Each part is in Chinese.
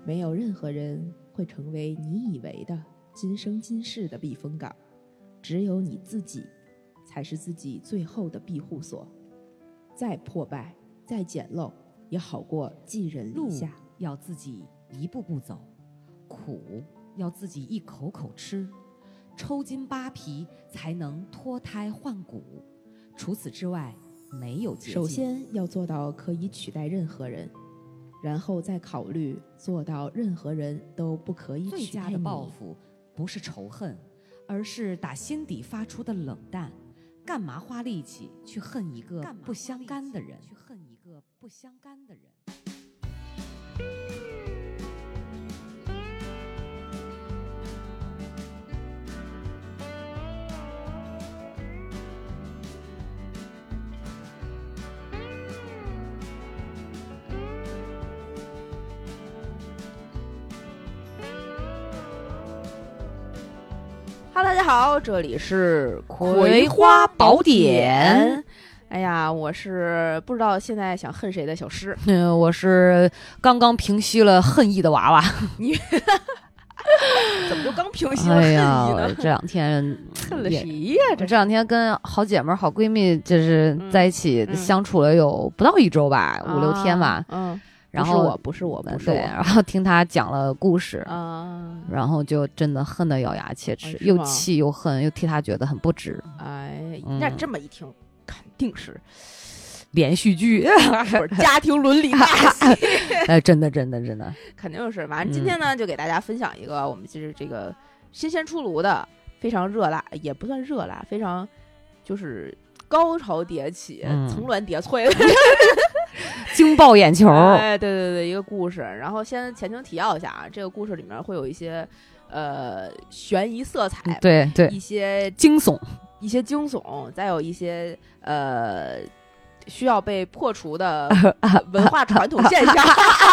没有任何人会成为你以为的今生今世的避风港，只有你自己才是自己最后的庇护所。再破败再简陋也好过寄人篱下。 路要自己一步步走，苦要自己一口口吃，抽筋扒皮才能脱胎换骨。除此之外没有捷径。 首先要做到可以取代任何人，然后再考虑做到任何人都不可以最取代你。 佳的报复不是仇恨，而是打心底发出的冷淡。干嘛花力气去恨一个不相干的人？ Hello， 大家好，这里是葵花宝典。 哎呀，我是不知道现在想恨谁的小诗。 我是刚刚平息了恨意的娃娃。 你怎么就刚平息了恨意呢？ 这两天恨了谁呀？ 这两天跟好姐妹、好闺蜜就是在一起相处了有不到1周吧，5、6天吧。然后不是我， 对，然后听她讲了故事然后就真的恨得咬牙切齿，又气又恨，又替她觉得很不值。 哎，那这么一听，肯定是连续剧， 不是家庭伦理大戏。 真的， 肯定是。完，今天呢，就给大家分享一个我们就是这个新鲜出炉的，非常热辣，也不算热辣，非常就是高潮迭起、层峦叠翠的。 惊爆眼球。 哎，对，一个故事。然后先前情提要一下啊，这个故事里面会有一些悬疑色彩， 对， 一些惊悚， 再有一些需要被破除的文化传统现象。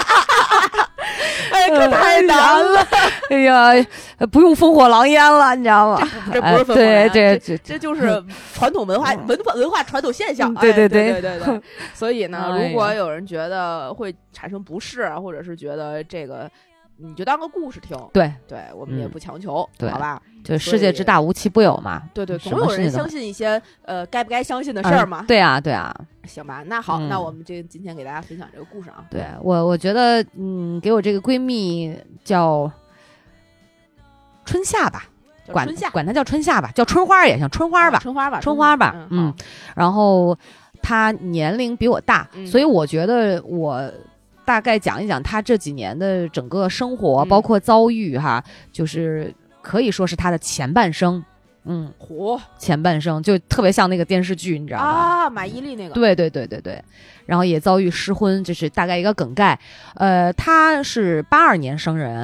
哎，可太难了！ 哎呀，不用烽火狼烟了，你知道吗？ 这不是烽火狼烟， 这就是传统文化传统现象。 对。 所以呢，如果有人觉得会产生不适，或者是觉得这个，你就当个故事听。对，我们也不强求，好吧？ 就世界之大无奇不有嘛。 对，总有人相信一些该不该相信的事儿嘛。 对啊。 行吧，那好，那我们今天给大家分享这个故事啊。 对，我觉得给我这个闺蜜叫春夏吧，管她叫春夏吧，叫春花也行，春花吧。然后她年龄比我大，所以我觉得我大概讲一讲她这几年的整个生活，包括遭遇哈，就是可以说是她的前半生。前半生就特别像那个电视剧，你知道吗？ 啊，马伊琍那个。 对，然后也遭遇失婚，这是大概一个梗概。她是82年生人，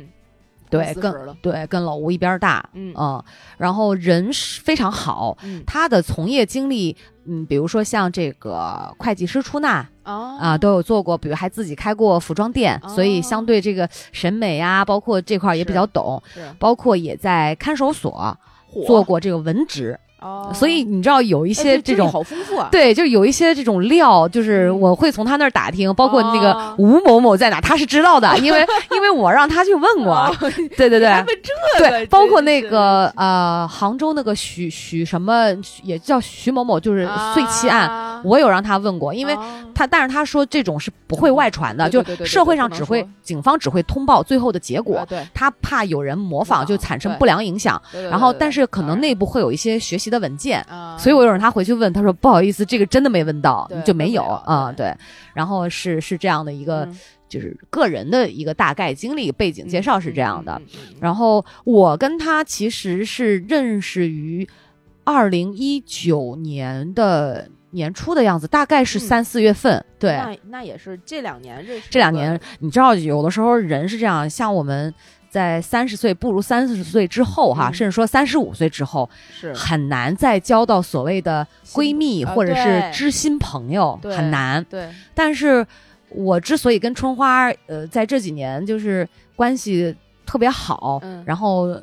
跟老吴一边大，然后人非常好，她的从业经历，比如说像这个会计师出纳都有做过，比如还自己开过服装店，所以相对这个审美啊，包括这块也比较懂，包括也在看守所做过这个文职。所以你知道有一些这种好丰富啊， 对，就有一些这种料，就是我会从他那儿打听，包括那个吴某某在哪，他是知道的，因为我让他去问过。对，对，包括那个杭州那个许什么也叫徐某某，就是碎妻案，我有让他问过，因为但是他说这种是不会外传的，就社会上警方只会通报最后的结果，他怕有人模仿就产生不良影响，然后但是可能内部会有一些学习的文件，所以我有让他回去问，他说不好意思，这个真的没问到，就没有啊。对，然后是这样的一个就是个人的一个大概经历背景介绍是这样的。然后我跟他其实是认识于2019年的年初的样子，大概是3、4月份。对， 那也是这2年认识。 这2年，你知道有的时候人是这样，像我们在30岁步入30岁之后哈，甚至说35岁之后，是很难再交到所谓的闺蜜或者是知心朋友，很难。 对， 但是我之所以跟春花在这几年就是关系特别好，然后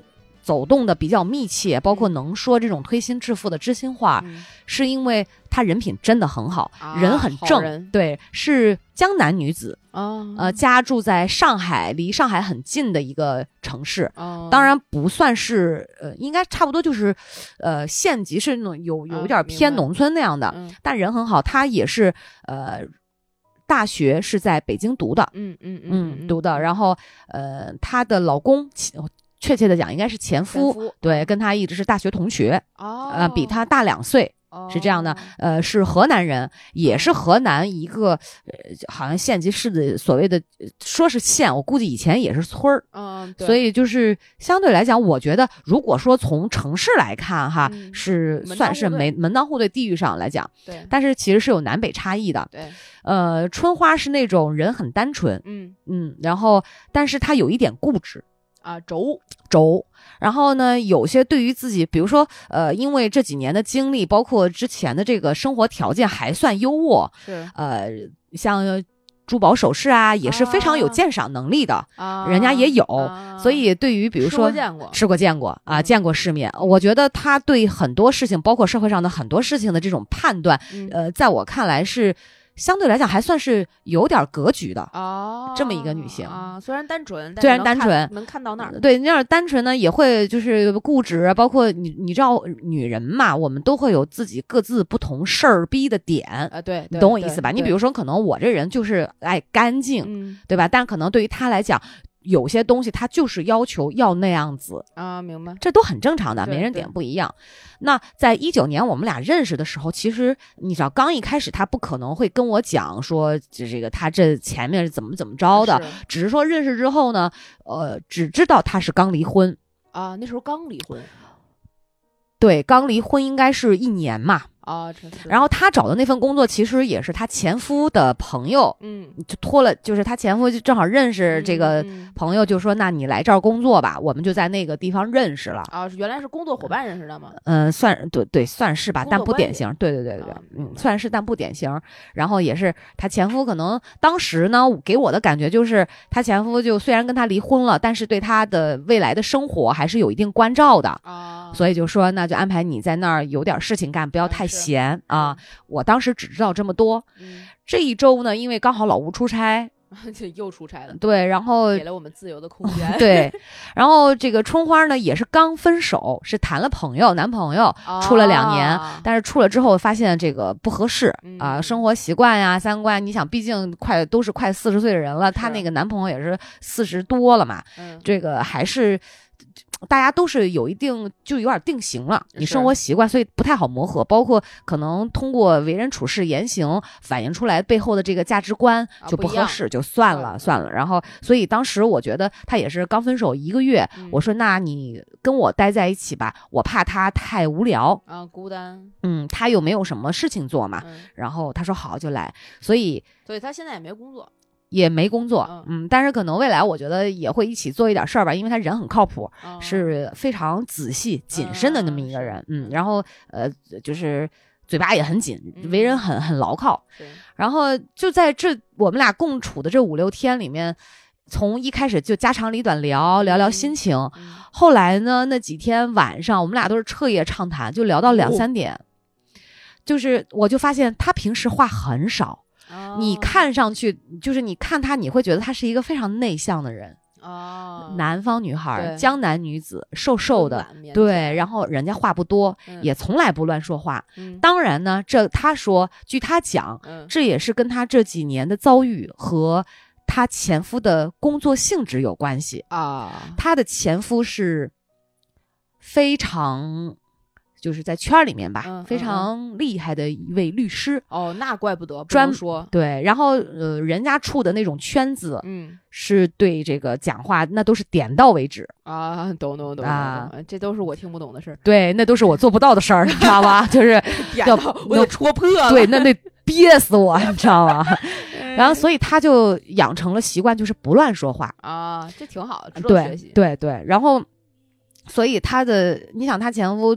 走动的比较密切，包括能说这种推心置腹的知心话，是因为她人品真的很好，人很正，对，是江南女子，家住在上海，离上海很近的一个城市，当然不算是应该差不多就是县级，是那种有点偏农村那样的，但人很好，她也是大学是在北京读的，读的，然后她的老公确切的讲应该是前夫，对，跟她一直是大学同学，比她大2岁。是这样的，是河南人，也是河南一个好像县级市的所谓的说是县，我估计以前也是村儿，所以就是相对来讲，我觉得如果说从城市来看哈，是算是门当户对地域上来讲， 对， 但是其实是有南北差异的， 对， 春花是那种人很单纯，然后但是她有一点固执。轴，然后呢，有些对于自己，比如说，因为这几年的经历，包括之前的这个生活条件还算优渥， 是， 像珠宝首饰啊，也是非常有鉴赏能力的，人家也有，所以对于比如说吃过见过啊，见过世面，我觉得他对很多事情，包括社会上的很多事情的这种判断，在我看来是。相对来讲还算是有点格局的这么一个女性虽然单纯，能看到那儿。 对，那样单纯呢，也会就是固执，包括你知道女人嘛，我们都会有自己各自不同事儿逼的点对， 你懂我意思吧？你比如说，可能我这人就是爱干净，对吧？但可能对于她来讲。有些东西他就是要求要那样子明白， 这都很正常的，每人点不一样。那在19年我们俩认识的时候，其实你知道，刚一开始他不可能会跟我讲说这个他这前面是怎么着的，只是说认识之后呢，只知道他是刚离婚那时候刚离婚， 对，刚离婚应该是1年嘛。然后他找的那份工作其实也是他前夫的朋友，就托了，就是他前夫就正好认识这个朋友，就说那你来这儿工作吧，我们就在那个地方认识了原来是工作伙伴认识的吗？ 算对算是吧，但不典型，对，算是但不典型。然后也是他前夫可能当时呢给我的感觉就是他前夫就虽然跟他离婚了，但是对他的未来的生活还是有一定关照的所以就说那就安排你在那儿有点事情干，不要太闲我当时只知道这么多。这一周呢，因为刚好老吴出差又出差了， 对，然后给了我们自由的空间对，然后这个春花呢也是刚分手，是谈了男朋友处了2年，但是处了之后发现这个不合适生活习惯呀、三观，你想毕竟都是快40岁的人了，她那个男朋友也是40多了嘛，这个还是大家都是有点定型了，你生活习惯，所以不太好磨合，包括可能通过为人处事言行反映出来背后的这个价值观就不合适，就算了。然后所以当时我觉得他也是刚分手1个月，我说那你跟我待在一起吧，我怕他太无聊孤单， 他又没有什么事情做嘛，然后他说好就来，所以他现在也没工作，但是可能未来我觉得也会一起做一点事儿吧，因为他人很靠谱，是非常仔细谨慎的那么一个人，然后就是嘴巴也很紧，为人很牢靠，然后就在我们俩共处的这5-6天里面，从一开始就家长里短聊心情，后来呢那几天晚上我们俩都是彻夜畅谈，就聊到2-3点，就是我就发现他平时话很少。你看上去就是你看她，你会觉得她是一个非常内向的人南方女孩，江南女子，瘦的，对，然后人家话不多，也从来不乱说话。当然呢，她说，据她讲，这也是跟她这几年的遭遇和她前夫的工作性质有关系她的前夫是非常。就是在圈里面吧，非常厉害的一位律师那怪不得不能说对，然后人家处的那种圈子，是对这个讲话那都是点到为止懂这都是我听不懂的事儿， 对，那都是我做不到的事儿，你知道吧？就是我都戳破了， 对，那憋死我，你知道吗？然后所以他就养成了习惯，就是不乱说话这挺好的，值得学习。 对，然后所以你想他前夫。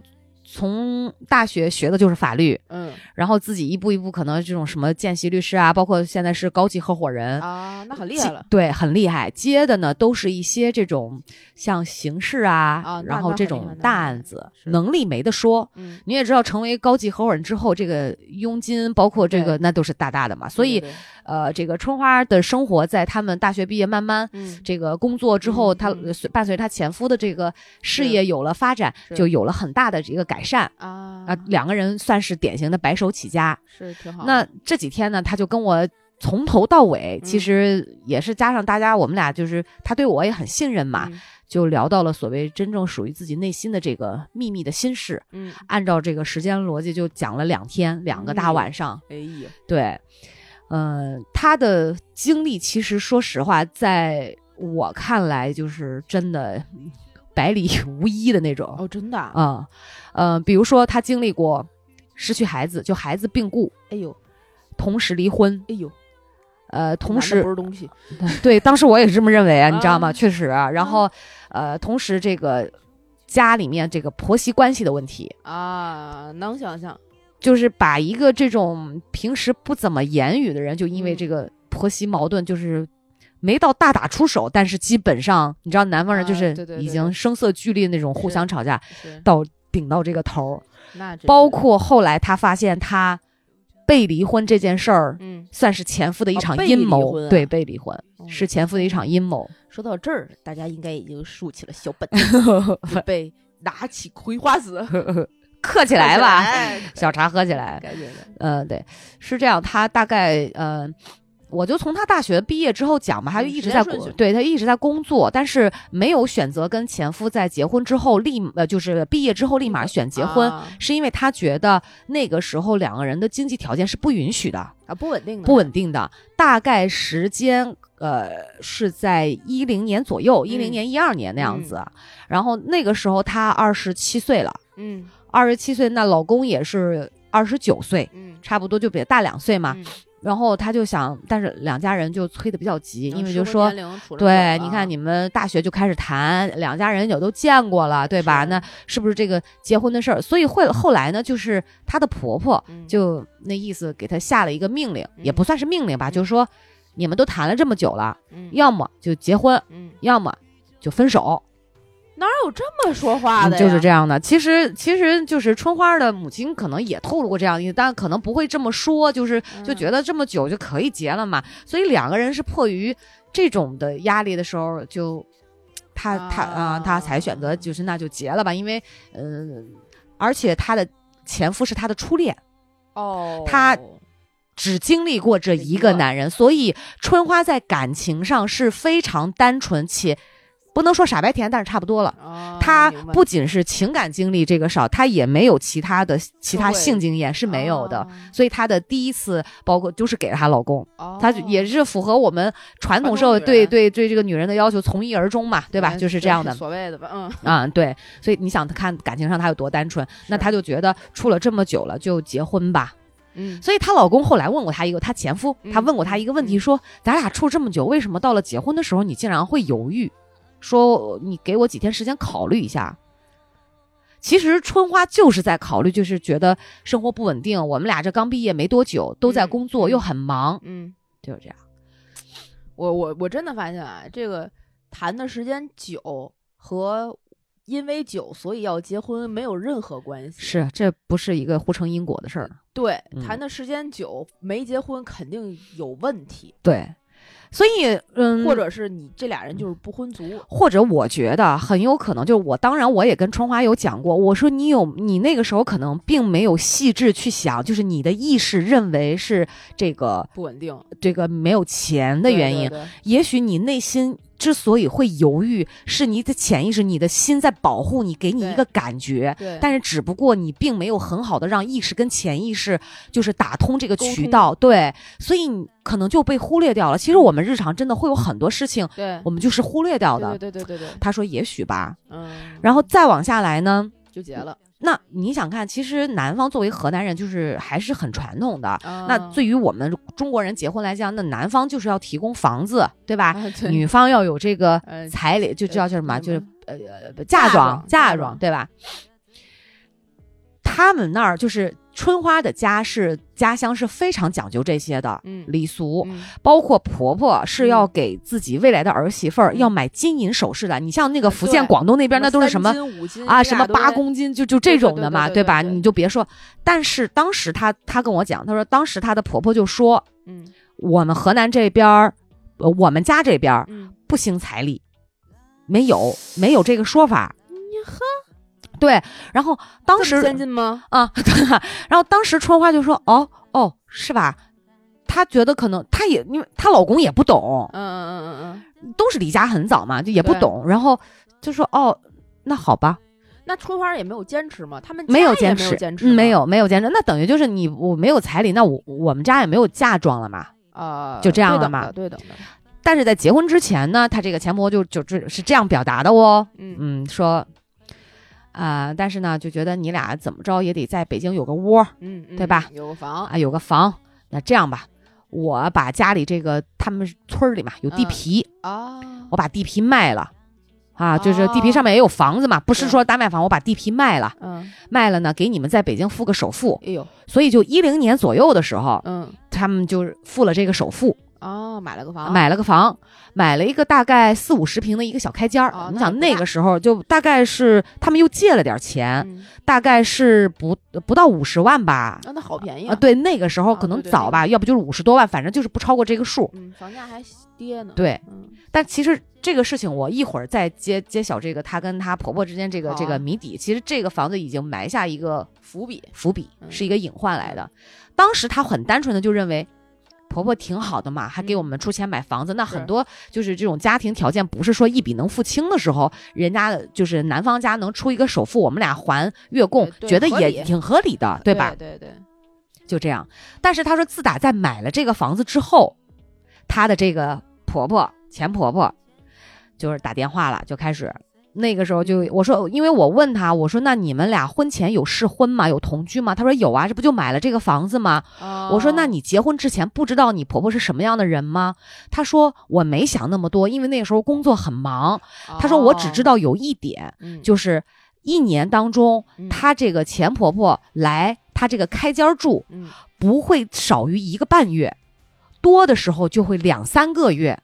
从大学学的就是法律，然后自己一步一步可能这种什么见习律师啊，包括现在是高级合伙人啊，那很厉害了。 对，很厉害。接的呢都是一些这种像刑事啊，然后这种大案子，能力没得说。你也知道，成为高级合伙人之后，这个佣金包括这个那都是大大的嘛。所以，这个春花的生活在他们大学毕业，慢慢这个工作之后，她伴随她前夫的这个事业有了发展，就有了很大的这个改善啊，两个人算是典型的白手起家， 是挺好。 那这几天呢，他就跟我从头到尾，其实也是加上大家我们俩就是他对我也很信任嘛，就聊到了所谓真正属于自己内心的这个秘密的心事。按照这个时间逻辑就讲了2天，2个大晚上。 哎呀， 对，他的经历其实说实话，在我看来就是真的百里无一的那种。 哦，真的啊。 比如说他经历过失去孩子，就孩子病故， 哎呦， 同时离婚， 哎呦， 同时不是东西， 对，当时我也是这么认为啊，你知道吗？确实啊，然后同时这个家里面这个婆媳关系的问题啊，能想象， 就是把一个这种平时不怎么言语的人，就因为这个婆媳矛盾，就是没到大打出手，但是基本上你知道南方人就是已经声色俱厉那种互相吵架，到顶到这个头。包括后来他发现他被离婚这件事儿，算是前夫的一场阴谋。对，被离婚是前夫的一场阴谋。 说到这儿，大家应该已经竖起了小本子，准备拿起葵花籽嗑起来吧，小茶喝起来。对，是这样。他大概我就从他大学毕业之后讲吧，他就一直在对他一直在工作，但是没有选择跟前夫在结婚之后就是毕业之后立马选结婚，是因为他觉得那个时候两个人的经济条件是不允许的啊，不稳定的。 大概时间是在10年左右，10年12年那样子。然后那个时候他27岁了，27岁，那老公也是29岁，差不多就比他大2岁嘛。然后他就想，但是两家人就催得比较急，因为就说，对，你看你们大学就开始谈，两家人也都见过了，对吧？那是不是这个结婚的事儿？所以后来呢，就是她的婆婆就那意思给她下了一个命令，也不算是命令吧，就是说你们都谈了这么久了，要么就结婚，要么就分手。 哪有这么说话的呀？ 就是这样的。其实就是春花的母亲可能也透露过这样的意思，但可能不会这么说，就觉得这么久就可以结了嘛。所以两个人是迫于这种的压力的时候，就他才选择就是那就结了吧，因为而且他的前夫是他的初恋他只经历过这一个男人，所以春花在感情上是非常单纯且。不能说傻白甜，但是差不多了。他不仅是情感经历这个少，他也没有其他性经验是没有的。所以他的第一次，包括就是给了她老公，他也是符合我们传统社会对这个女人的要求，从一而终嘛，对吧？就是这样的， 所谓的吧， 对。所以你想，看感情上他有多单纯，那他就觉得处了这么久了，就结婚吧。所以她老公后来问过她前夫，他问过她一个问题，说咱俩处这么久，为什么到了结婚的时候，你竟然会犹豫？说你给我几天时间考虑一下。其实春花就是在考虑，就是觉得生活不稳定，我们俩这刚毕业没多久，都在工作，又很忙，就是这样。 我真的发现啊，这个谈的时间久和因为久所以要结婚没有任何关系， 是这不是一个互成因果的事儿。 对，谈的时间久没结婚肯定有问题。 对。所以， 或者是你这俩人就是不婚族， 或者我觉得很有可能就是当然我也跟春花有讲过，我说你那个时候可能并没有细致去想，就是你的意识认为是这个不稳定， 这个没有钱的原因，也许你内心之所以会犹豫，是你的潜意识，你的心在保护你，给你一个感觉，但是只不过你并没有很好的让意识跟潜意识就是打通这个渠道，对，所以你可能就被忽略掉了。其实我们日常真的会有很多事情，我们就是忽略掉的。 对。 他说也许吧，然后再往下来呢， 就结了。 那你想看，其实南方作为河南人，就是还是很传统的。那对于我们中国人结婚来讲，那男方就是要提供房子，对吧？女方要有这个彩礼，就叫什么？就是嫁妆，对吧？ 他们那儿就是春花的家乡是非常讲究这些的礼俗，包括婆婆是要给自己未来的儿媳妇儿要买金银首饰的。你像那个福建、广东那边那都是什么 3斤5斤啊，什么8公斤，就这种的嘛， 对吧？你就别说。但是当时她跟我讲，她说当时她的婆婆就说，我们河南这边我们家这边不兴彩礼，没有这个说法。对，然后当时先进吗？ 啊，然后当时春花就说：“哦，是吧？”她觉得可能她也因为她老公也不懂，都是离家很早嘛，就也不懂，然后就说：“哦，那好吧。” 那春花也没有坚持吗？他们没有坚持， 没有坚持，那等于就是我没有彩礼，那我们家也没有嫁妆了嘛，就这样了嘛， 对等的。但是在结婚之前呢，他这个前婆就是这样表达的哦，说。但是呢，就觉得你俩怎么着也得在北京有个窝，对吧？ 有个房啊，有个房。那这样吧，我把家里这个他们村里嘛有地皮我把地皮卖了啊，就是地皮上面也有房子嘛，不是说单卖房，我把地皮卖了，卖了呢，给你们在北京付个首付。 哎呦， 所以就10年左右的时候，他们就付了这个首付。 买了个房，买了一个大概40-50平的一个小开间儿。你想那个时候就大概是他们又借了点钱，大概是不到50万吧。 那好便宜啊！ 对，那个时候可能早吧，要不就是50多万，反正就是不超过这个数。 房价还跌呢。 对，但其实这个事情我一会儿再揭晓这个她跟她婆婆之间这个谜底。其实这个房子已经埋下一个伏笔，是一个隐患来的。当时她很单纯的就认为。婆婆挺好的嘛，还给我们出钱买房子。那很多就是这种家庭条件不是说一笔能付清的时候，人家就是男方家能出一个首付，我们俩还月供，觉得也挺合理的，对吧？ 对， 就这样。但是她说，自打在买了这个房子之后，她的这个前婆婆就是打电话了，就开始。那个时候就我说，因为我问他，我说那你们俩婚前有试婚吗？有同居吗？他说有啊，这不就买了这个房子吗？我说那你结婚之前不知道你婆婆是什么样的人吗？他说我没想那么多，因为那个时候工作很忙。他说我只知道有一点，就是1年当中，她这个前婆婆来她这个开间住，不会少于1个半月，多的时候就会2-3个月。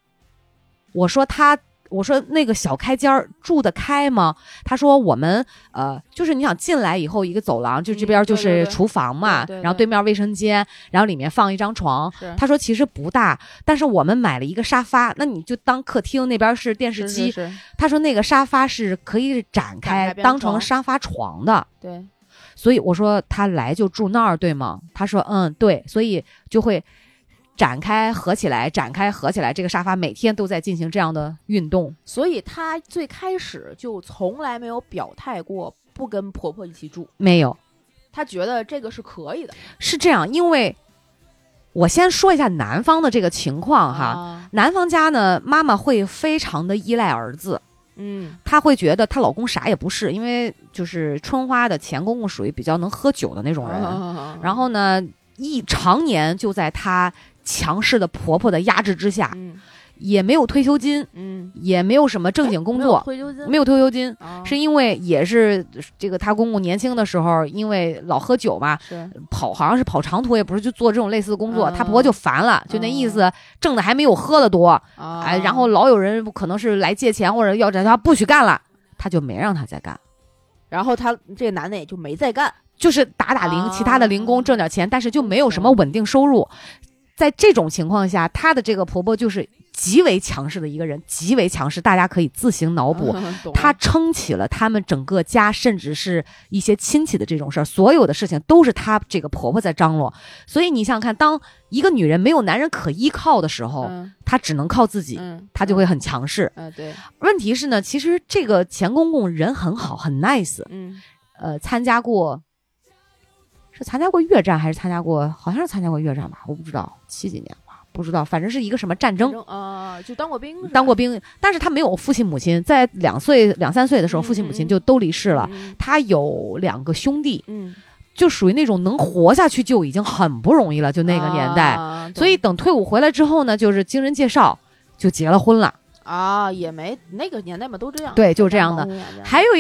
我说那个小开间住得开吗？他说我们就是你想进来以后一个走廊，就这边就是厨房嘛，然后对面卫生间，然后里面放一张床。他说其实不大，但是我们买了一个沙发，那你就当客厅，那边是电视机。他说那个沙发是可以展开当成沙发床的。 对， 所以我说他来就住那儿对吗？他说对，所以就会。展开合起来，这个沙发每天都在进行这样的运动。 所以她最开始就从来没有表态过不跟婆婆一起住， 没有。 她觉得这个是可以的。 是这样，因为我先说一下男方的这个情况哈。男方家呢，妈妈会非常的依赖儿子。她会觉得她老公啥也不是，因为就是春花的前公公属于比较能喝酒的那种人，然后呢，常年就在她强势的婆婆的压制之下，也没有退休金，也没有什么正经工作，没有退休金，是因为也是这个她公公年轻的时候，因为老喝酒嘛，好像是跑长途，也不是就做这种类似的工作，她婆婆就烦了，就那意思，挣的还没有喝的多，然后老有人可能是来借钱或者要她不许干了，她就没让她再干， 然后她这个男的也就没再干， 就是打零，其他的零工挣点钱，但是就没有什么稳定收入。在这种情况下，她的这个婆婆就是极为强势的一个人，极为强势，大家可以自行脑补。她撑起了他们整个家，甚至是一些亲戚的这种事儿，所有的事情都是她这个婆婆在张罗。所以你想想看，当一个女人没有男人可依靠的时候，她只能靠自己，她就会很强势。 对。 问题是呢，其实这个前公公人很好，很 nice。参加过越战还是好像是参加过越战吧，我不知道70几年吧，不知道，反正是一个什么战争就当过兵， 但是他没有父亲母亲，在2、3岁的时候，父亲母亲就都离世了。他有2个兄弟，就属于那种能活下去就已经很不容易了，就那个年代。所以等退伍回来之后呢，就是经人介绍就结了婚了也没那个年代嘛，都这样。 对，就这样的。还有一个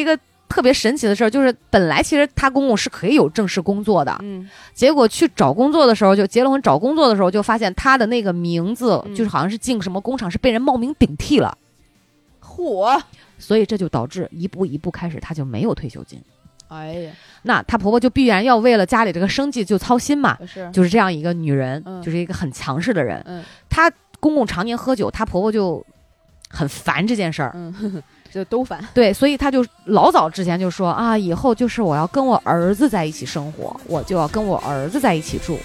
特别神奇的事儿，就是本来其实她公公是可以有正式工作的，结果去找工作的时候，就结了婚找工作的时候，就发现她的那个名字就是好像是进什么工厂是被人冒名顶替了，所以这就导致一步一步开始她就没有退休金。 哎呀， 那她婆婆就必然要为了家里这个生计就操心嘛，就是这样一个女人，就是一个很强势的人。她公公常年喝酒，她婆婆就很烦这件事儿， 就都烦。 对，所以她就老早之前就说啊，以后就是我要跟我儿子在一起生活，我就要跟我儿子在一起住。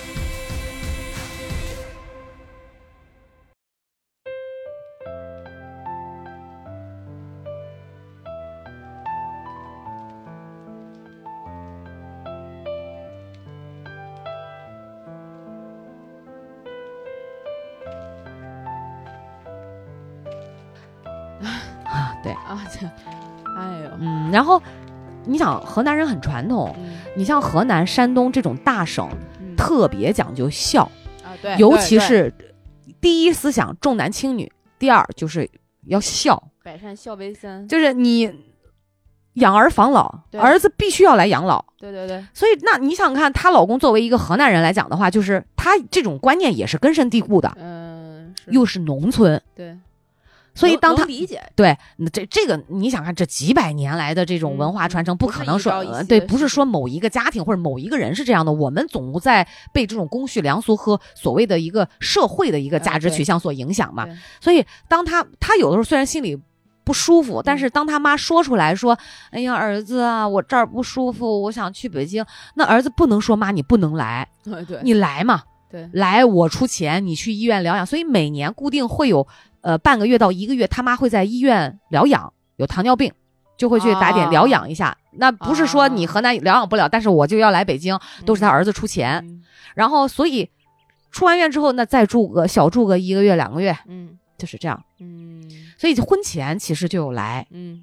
对啊，哎呦， 然后你想河南人很传统，你像河南、山东这种大省，特别讲究孝啊，对， 尤其是第一思想重男轻女，第二就是要孝， 百善孝为先， 就是你养儿防老，儿子必须要来养老。 对对对， 所以那你想看她老公作为一个河南人来讲的话，就是他这种观念也是根深蒂固的，又是农村， 对。 所以当他理解对这个你想看这几百年来的这种文化传承，不可能说对，不是说某一个家庭或者某一个人是这样的，我们总在被这种公序良俗和所谓的一个社会的一个价值取向所影响嘛。所以当他有的时候虽然心里不舒服，但是当他妈说出来说，哎呀儿子啊，我这儿不舒服，我想去北京，那儿子不能说妈你不能来，你来嘛， 对， 来我出钱，你去医院疗养。所以每年固定会有半个月到1个月，他妈会在医院疗养，有糖尿病就会去打点疗养一下。那不是说你河南疗养不了，但是我就要来北京，都是他儿子出钱。然后所以出完院之后，那再小住个1个月2个月，就是这样。所以婚前其实就有来。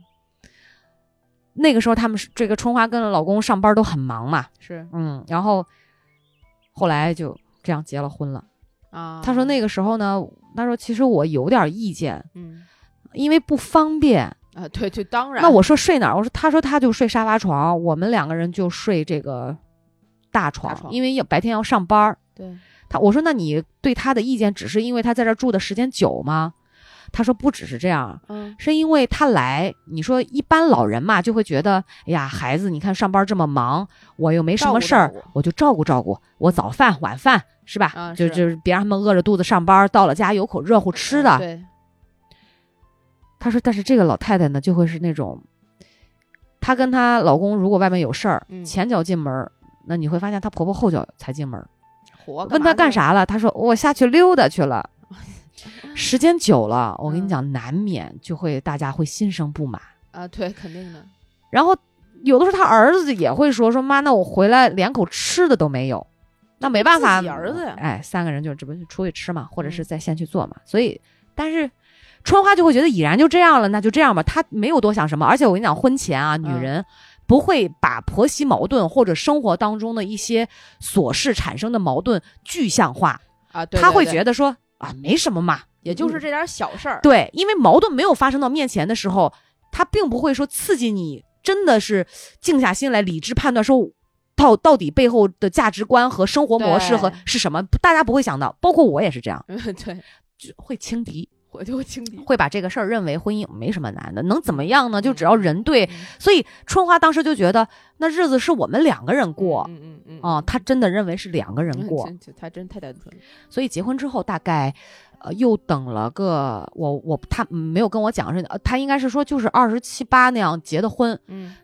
那个时候他们这个春花跟老公上班都很忙嘛， 是然后后来就这样结了婚了。他说那个时候呢，他说其实我有点意见，因为不方便啊。对，当然。 那我说睡哪儿？他说他就睡沙发床，我们2个人就睡这个大床，因为白天要上班。 对， 我说那你对他的意见只是因为他在这住的时间久吗？他说不只是这样，是因为他来，你说一般老人嘛就会觉得，哎呀孩子你看上班这么忙，我又没什么事儿，我就照顾照顾，我早饭晚饭是吧，就是别让他们饿着肚子上班，到了家有口热乎吃的。 对。 他说但是这个老太太呢就会是那种，她跟她老公如果外面有事儿，前脚进门，那你会发现她婆婆后脚才进门。问她干啥了，她说我下去溜达去了。时间久了，我跟你讲，难免就会大家会心生不满啊。对，肯定的。 然后有的时候他儿子也会说妈，那我回来连口吃的都没有，那没办法， 自己儿子呀， 哎，3个人就这不出去吃嘛，或者是在线去做嘛。所以，但是春花就会觉得已然就这样了，那就这样吧，她没有多想什么。而且我跟你讲，婚前啊，女人不会把婆媳矛盾或者生活当中的一些琐事产生的矛盾具象化啊。对， 她会觉得说啊，没什么嘛。 也就是这点小事儿。 对，因为矛盾没有发生到面前的时候，他并不会说刺激你真的是静下心来理智判断说到底背后的价值观和生活模式和是什么，大家不会想到，包括我也是这样。 对， 会轻敌， 我就会轻敌， 会把这个事儿认为婚姻没什么难的，能怎么样呢？就只要人对。所以春花当时就觉得那日子是我们2个人过。她真的认为是2个人过。 她真太单纯了。 所以结婚之后大概又等了个他没有跟我讲是他应该是说就是27、28那样结的婚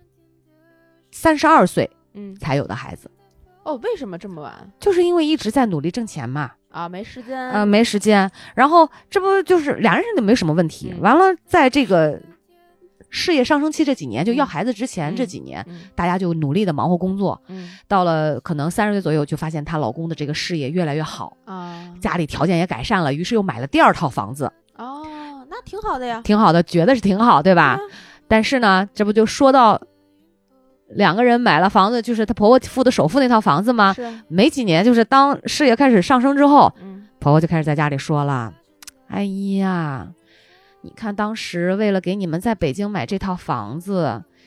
，32岁才有的孩子。 为什么这么晚？ 就是因为一直在努力挣钱嘛。 没时间。 没时间。然后这不就是2人都没什么问题。完了，在这个事业上升期这几年，就要孩子之前这几年，大家就努力的忙活工作。到了可能30岁左右，就发现她老公的这个事业越来越好家里条件也改善了，于是又买了第2套房子。 那挺好的呀。 挺好的，觉得是挺好，对吧？但是呢，这不就说到2个人买了房子，就是她婆婆付的首付那套房子吗？没几年，就是当事业开始上升之后，婆婆就开始在家里说了：“哎呀，你看当时为了给你们在北京买这套房子，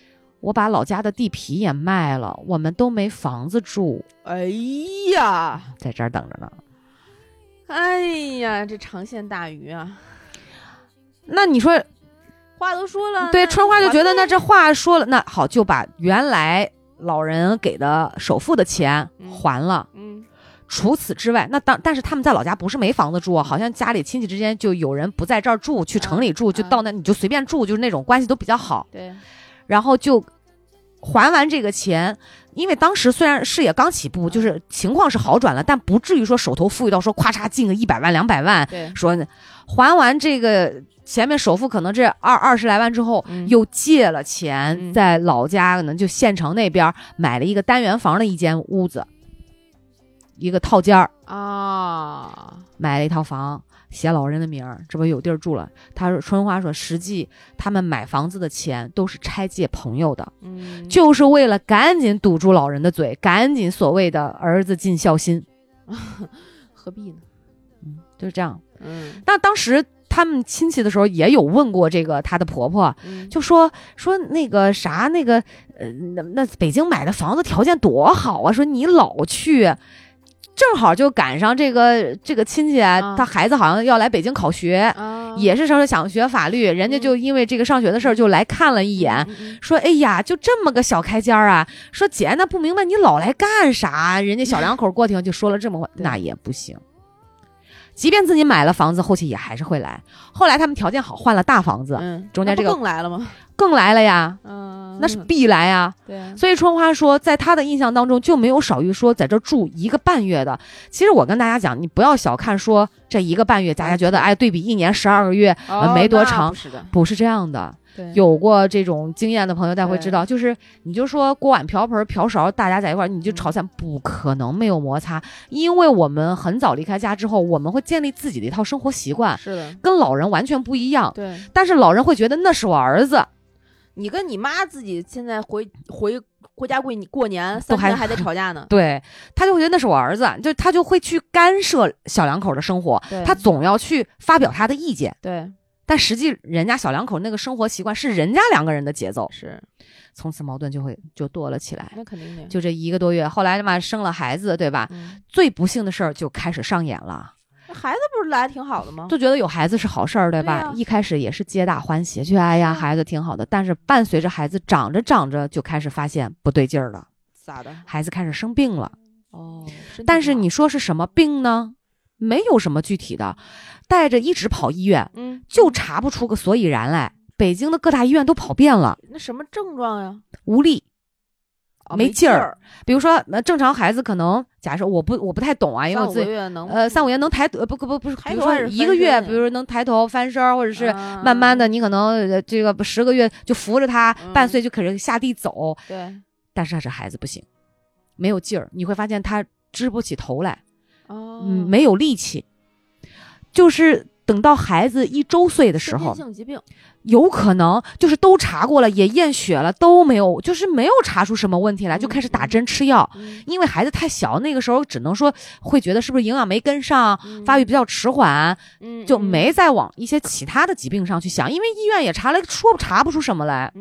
我把老家的地皮也卖了，我们都没房子住。 哎呀， 在这儿等着呢。 哎呀，这长线大鱼啊！ 那你说话都说了， 对，春花就觉得那这话说了，那好，就把原来老人给的首付的钱还了。除此之外，但是他们在老家不是没房子住啊，好像家里亲戚之间就有人不在这儿住，去城里住，就到那你就随便住，就是那种关系都比较好。 对， 然后就还完这个钱，因为当时虽然事业刚起步，就是情况是好转了，但不至于说手头富裕到说咵嚓进个100万200万。 对， 说还完这个前面首付可能这20来万之后，又借了钱，在老家可能就县城那边买了一个单元房的一间屋子，一个套间儿啊，买了一套房，写老人的名儿，这不有地儿住了。他说春花说，实际他们买房子的钱都是拆借朋友的，就是为了赶紧堵住老人的嘴，赶紧所谓的儿子尽孝心， 何必呢？ 就是这样。那当时他们亲戚的时候也有问过这个她的婆婆，就说那个啥那个那北京买的房子条件多好啊，说你老去。正好就赶上这个亲戚啊，他孩子好像要来北京考学，也是说想学法律，人家就因为这个上学的事儿就来看了一眼，说哎呀，就这么个小开间啊，说姐那不明白你老来干啥？人家小两口过庭就说了这么话，那也不行。即便自己买了房子，后期也还是会来。后来他们条件好，换了大房子，中间这个更来了吗？ 更来了呀，那是必来呀。 对， 所以春花说，在她的印象当中就没有少于说在这住1个半月的。其实我跟大家讲，你不要小看说这1个半月，大家觉得哎，对比1年12个月没多长，不是这样的。有过这种经验的朋友大家会知道，就是你就说锅碗瓢盆瓢勺大家在一块儿，你就炒菜不可能没有摩擦，因为我们很早离开家之后，我们会建立自己的一套生活习惯， 是的， 跟老人完全不一样。 对， 但是老人会觉得那是我儿子。 你跟你妈自己现在回家过年3天还得吵架呢， 对，他就会觉得那是我儿子，就他就会去干涉小两口的生活，他总要去发表他的意见。 对， 但实际人家小两口那个生活习惯是人家2个人的节奏， 是， 从此矛盾就多了起来。 那肯定的， 就这1个多月，后来嘛生了孩子，对吧？最不幸的事儿就开始上演了。 孩子不是来挺好的吗？ 就觉得有孩子是好事儿，对吧？一开始也是皆大欢喜，就哎呀孩子挺好的，但是伴随着孩子长着就开始发现不对劲儿了。 咋的？ 孩子开始生病了。但是你说是什么病呢？没有什么具体的，带着一直跑医院，就查不出个所以然来。北京的各大医院都跑遍了。 那什么症状呀？ 无力。没劲儿，比如说正常孩子可能，假设我不太懂啊，因为我自己3、5个月能抬不是，比如说1个月，比如说能抬头翻身，或者是慢慢的你可能这个10个月就扶着他，半岁就可是下地走。 对， 但是这孩子不行，没有劲儿，你会发现他支不起头来，没有力气，就是等到孩子1周岁的时候， 先天性疾病。 有可能就是都查过了，也验血了，都没有，就是没有查出什么问题来，就开始打针吃药。因为孩子太小，那个时候只能说会觉得是不是营养没跟上，发育比较迟缓，就没再往一些其他的疾病上去想，因为医院也查了，查不出什么来。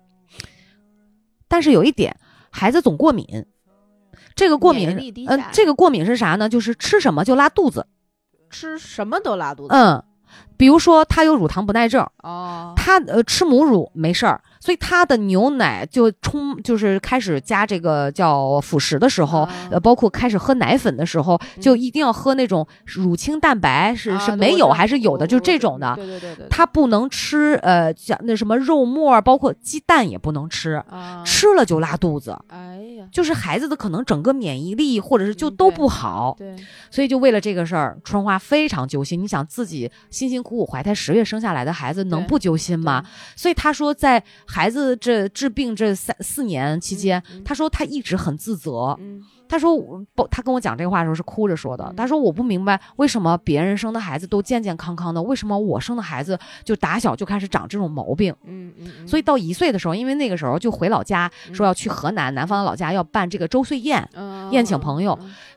但是有一点，孩子总过敏，这个过敏，这个过敏是啥呢？就是吃什么就拉肚子， 吃什么都拉肚子。 比如说他有乳糖不耐症，他吃母乳没事儿，所以他的牛奶就是开始加这个叫辅食的时候，包括开始喝奶粉的时候，就一定要喝那种乳清蛋白，是没有还是有的，就这种的。 对， 他不能吃像那什么肉末，包括鸡蛋也不能吃，吃了就拉肚子。 哎呀， 就是孩子的可能整个免疫力或者是就都不好。 对， 所以就为了这个事儿，春花非常揪心。你想自己辛辛苦苦怀胎10月生下来的孩子，能不揪心吗？所以他说，在孩子这治病这4年期间，他说他一直很自责。他说他跟我讲这个话的时候是哭着说的。他说我不明白为什么别人生的孩子都健健康康的，为什么我生的孩子就打小就开始长这种毛病。所以到1岁的时候，因为那个时候就回老家，说要去河南南方的老家要办这个周岁宴，宴请朋友。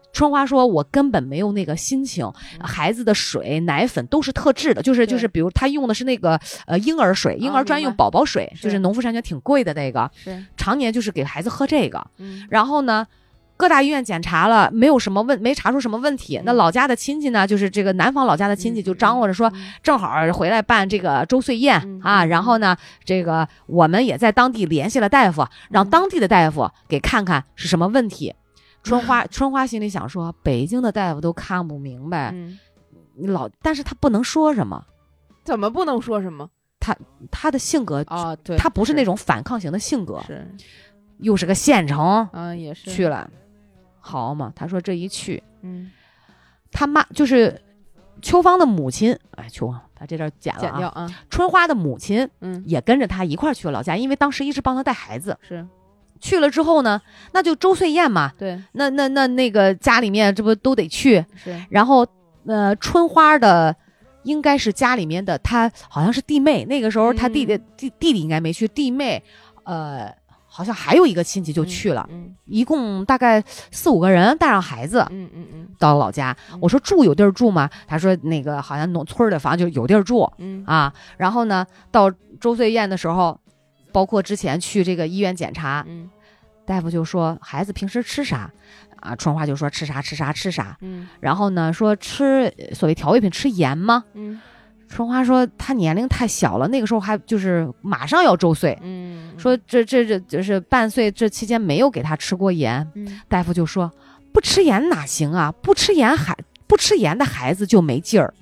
春花说我根本没有那个心情，孩子的水奶粉都是特制的，就是比如他用的是那个婴儿水，婴儿专用宝宝水，就是农夫山泉挺贵的那个，常年就是给孩子喝这个。然后呢各大医院检查了，没查出什么问题。那老家的亲戚呢，就是这个南方老家的亲戚就张罗着说，正好回来办这个周岁宴啊。然后呢，这个我们也在当地联系了大夫，让当地的大夫给看看是什么问题。春花心里想说，北京的大夫都看不明白，但是他不能说什么。 怎么不能说什么？ 他的性格啊，对， 他不是那种反抗型的性格， 是， 又是个县城也是去了。好嘛，他说这一去，他妈就是秋芳的母亲，秋芳，他这段剪了啊。春花的母亲，也跟着他一块去了老家，因为当时一直帮他带孩子。 是， 去了之后呢，那就周岁宴嘛。 对， 那个家里面这不都得去？ 是。 然后春花的应该是家里面的，他好像是弟妹，那个时候他弟弟应该没去，弟妹，好像还有一个亲戚就去了，一共大概4-5个人，带上孩子，到老家。我说住有地儿住吗？他说那个好像农村的房就有地儿住，啊。然后呢，到周岁宴的时候，包括之前去这个医院检查，大夫就说孩子平时吃啥啊？春花就说吃啥。然后呢，说吃所谓调味品吃盐吗？春花说他年龄太小了，那个时候还就是马上要周岁，说这就是半岁这期间没有给他吃过盐。大夫就说不吃盐哪行啊？不吃盐的孩子就没劲儿。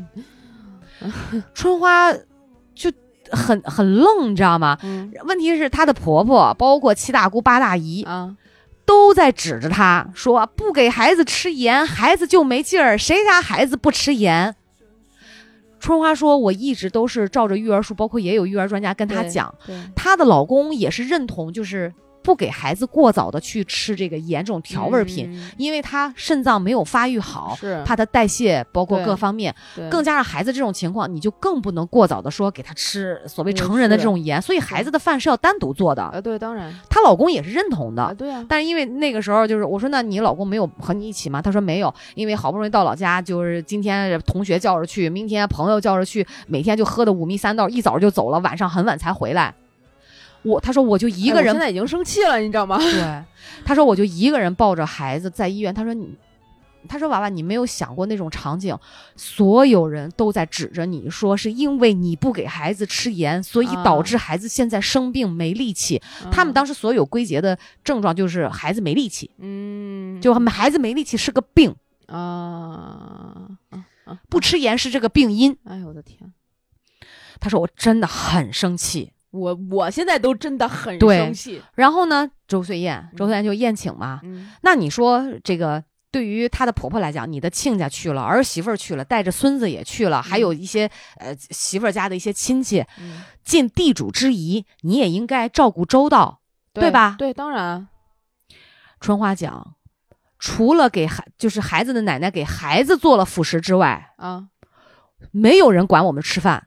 春花就很愣，你知道吗？问题是她的婆婆，包括7大姑8大姨都在指着她说不给孩子吃盐，孩子就没劲儿，谁家孩子不吃盐？春花说我一直都是照着育儿书，包括也有育儿专家跟她讲，她的老公也是认同，就是不给孩子过早的去吃这个盐这种调味品，因为他肾脏没有发育好，怕他代谢包括各方面，更加上孩子这种情况，你就更不能过早的说给他吃所谓成人的这种盐，所以孩子的饭是要单独做的。 对，当然， 她老公也是认同的。 对啊。 但是因为那个时候就是我说那你老公没有和你一起吗？他说没有，因为好不容易到老家，就是今天同学叫着去，明天朋友叫着去，每天就喝的5迷3道，一早就走了，晚上很晚才回来。他说我就一个人， 我现在已经生气了，你知道吗？ 对，他说我就一个人抱着孩子在医院。他说娃娃，你没有想过那种场景，所有人都在指着你说是因为你不给孩子吃盐，所以导致孩子现在生病没力气。他们当时所有归结的症状就是孩子没力气，就孩子没力气是个病不吃盐是这个病因。 哎呦我的天！ 他说我真的很生气。 我现在都真的很生气。 然后呢，周岁宴就宴请嘛。那你说这个对于她的婆婆来讲，你的亲家去了，儿媳妇去了，带着孙子也去了，还有一些媳妇家的一些亲戚，尽地主之谊，你也应该照顾周到，对吧？ 对，当然。 春花讲，除了就是孩子的奶奶给孩子做了辅食之外，没有人管我们吃饭。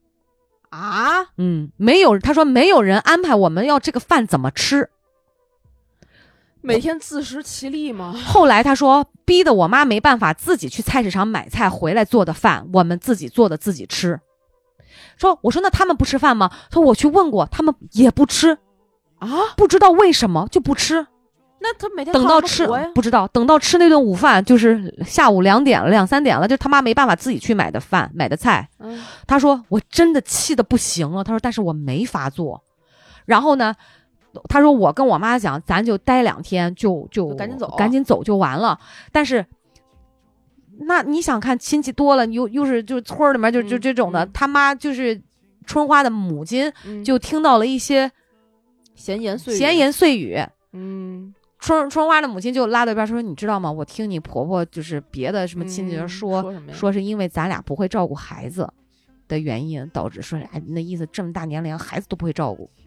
没有，他说没有人安排我们要这个饭怎么吃， 每天自食其力吗？ 后来他说逼得我妈没办法，自己去菜市场买菜回来做的饭，我们自己做的自己吃。我说那他们不吃饭吗？说我去问过，他们也不吃不知道为什么就不吃。 那他每天等到吃不知道，等到吃那顿午饭就是下午2点了2、3点了，就他妈没办法自己去买的饭买的菜。他说我真的气得不行了，他说但是我没法做。然后呢，他说我跟我妈讲，咱就待2天就赶紧走就完了。但是那你想看亲戚多了，又是就村里面就这种的，他妈就是春花的母亲就听到了一些闲言碎语。春花的母亲就拉到一边说，你知道吗，我听你婆婆就是别的什么亲戚说是因为咱俩不会照顾孩子的原因导致，说那意思这么大年龄孩子都不会照顾。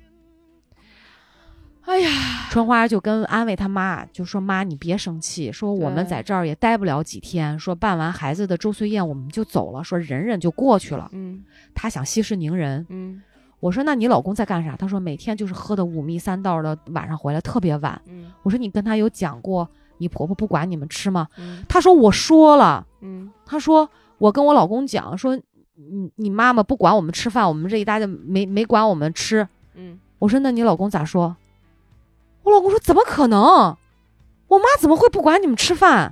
哎呀， 春花就跟安慰他妈，就说妈你别生气，说我们在这儿也待不了几天，说办完孩子的周岁宴我们就走了，说忍忍就过去了。他想息事宁人。我说那你老公在干啥？他说每天就是喝的5迷3道的，晚上回来特别晚。我说你跟他有讲过你婆婆不管你们吃吗？她说我说了，她说我跟我老公讲说，你妈妈不管我们吃饭，我们这一家就没管我们吃。我说那你老公咋说？我老公说怎么可能？我妈怎么会不管你们吃饭？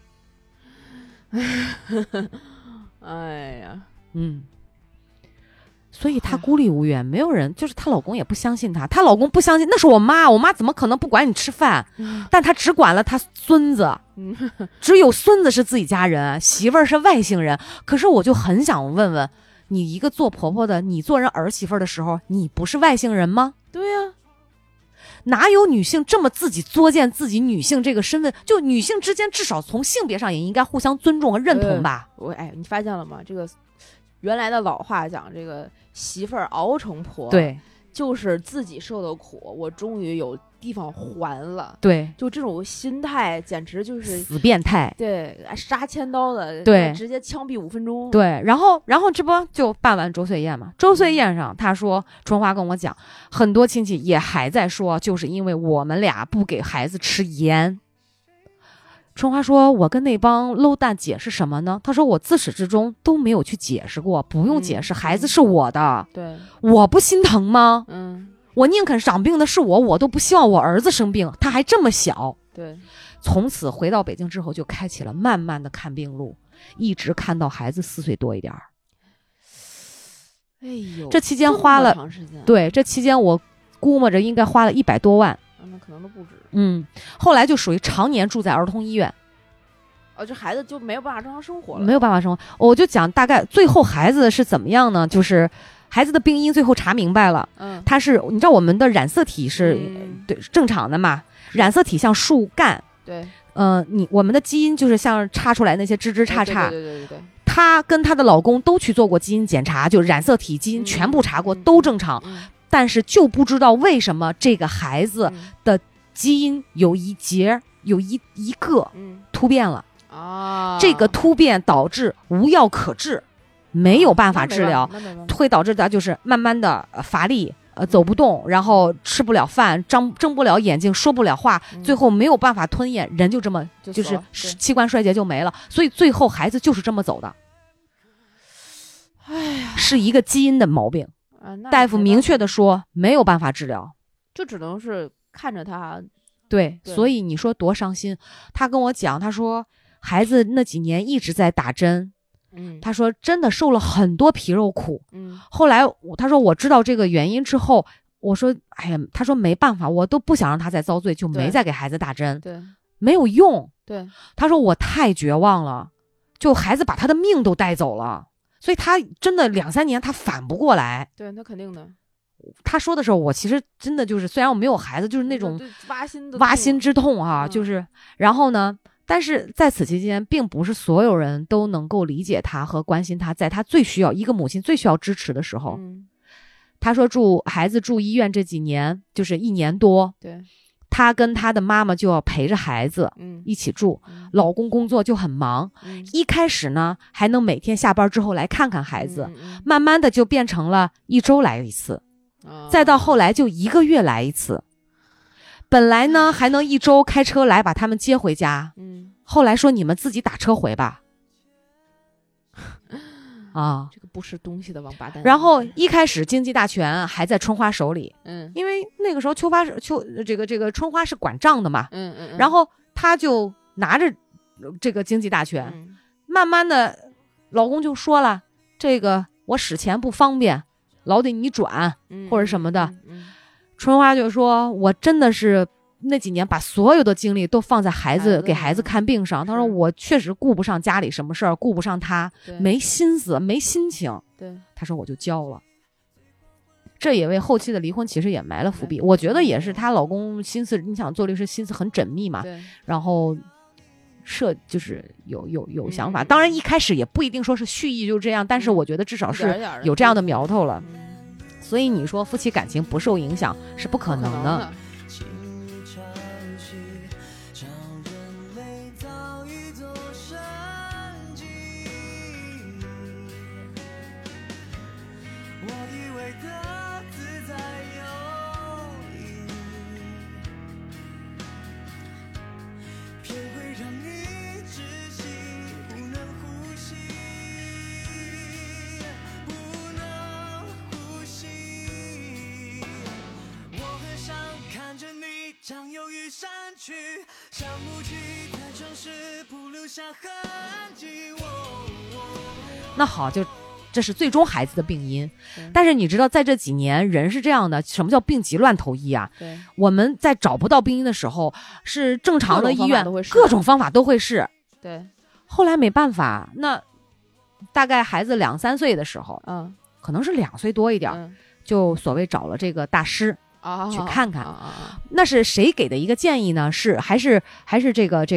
哎呀， 所以她孤立无援，没有人，就是她老公也不相信她，她老公不相信，那是我妈怎么可能不管你吃饭？但她只管了她孙子，只有孙子是自己家人，媳妇儿是外姓人。可是我就很想问问你，一个做婆婆的，你做人儿媳妇的时候，你不是外姓人吗？ 对呀。 哪有女性这么自己作践自己女性这个身份？就女性之间至少从性别上也应该互相尊重和认同吧。 你发现了吗？这个原来的老话讲，这个媳妇儿熬成婆， 对， 就是自己受的苦，我终于有地方还了。 对， 就这种心态简直就是死变态。 对，杀千刀的， 对， 直接枪毙5分钟。 对，然后这不就办完周岁宴嘛？周岁宴上，他说春花跟我讲，很多亲戚也还在说，就是因为我们俩不给孩子吃盐。春花说，我跟那帮 low 蛋解释什么呢？他说我自始至终都没有去解释过，不用解释，孩子是我的， 对， 我不心疼吗？我宁肯长病的是我都不希望我儿子生病，他还这么小。 对， 从此回到北京之后，就开启了漫漫的看病路，一直看到孩子4岁多一点。 哎呦， 这期间花了长时间， 对，这期间我估摸着应该花了100多万。 那可能都不止。 后来就属于常年住在儿童医院。 这孩子就没有办法正常生活了， 没有办法生活。我就讲大概最后孩子是怎么样呢？就是孩子的病因最后查明白了，他是你知道我们的染色体是、对正常的嘛？染色体像树干， 对， 我们的基因就是像插出来那些枝枝杈杈， 对。 她跟她的老公都去做过基因检查，就染色体基因全部查过，都正常，但是就不知道为什么这个孩子的基因有一个突变了。这个突变导致无药可治，没有办法治疗，会导致他就是慢慢的乏力，走不动，然后吃不了饭，睁不了眼睛，说不了话，最后没有办法吞咽，人就这么就是器官衰竭就没了，所以最后孩子就是这么走的。是一个基因的毛病，大夫明确的说没有办法治疗， 就只能是看着他。 对，所以你说多伤心。他跟我讲，他说孩子那几年一直在打针，他说真的受了很多皮肉苦。后来他说我知道这个原因之后，我说哎呀，他说没办法，我都不想让他再遭罪，就没再给孩子打针。 对， 没有用。 对， 他说我太绝望了，就孩子把他的命都带走了，所以他真的2-3年他反不过来。 对，那肯定的。 他说的时候，我其实真的就是虽然我没有孩子，就是那种挖心之痛啊，就是然后呢。但是在此期间，并不是所有人都能够理解他和关心他，在他最需要一个母亲最需要支持的时候。他说孩子住医院这几年，就是1年多， 对， 他跟他的妈妈就要陪着孩子一起住，老公工作就很忙，一开始呢还能每天下班之后来看看孩子，慢慢的就变成了1周来一次，再到后来就1个月来一次。本来呢还能1周开车来把他们接回家，后来说你们自己打车回吧。 这个不是东西的王八蛋。 然后一开始经济大权还在春花手里，因为那个时候这个春花是管账的嘛，然后他就拿着这个经济大权，慢慢的老公就说了，这个我使钱不方便，老得你转或者什么的。春花就说我真的是那几年把所有的精力都放在给孩子看病上，他说我确实顾不上家里什么事儿，顾不上他，没心思没心情。 对， 他说我就交了，这也为后期的离婚其实也埋了伏笔。我觉得也是她老公心思，你想做律师心思很缜密嘛，然后就是有想法，当然一开始也不一定说是蓄意就这样，但是我觉得至少是有这样的苗头了。所以你说夫妻感情不受影响是不可能的。 偏那好，就这是最终孩子的病因。但是你知道在这几年人是这样的，什么叫病急乱投医啊？ 对， 我们在找不到病因的时候，是正常的医院各种方法都会试。 对， 后来没办法，那大概孩子2、3岁的时候，可能是2岁多一点，就所谓找了这个大师去看看。那是谁给的一个建议呢？还是这个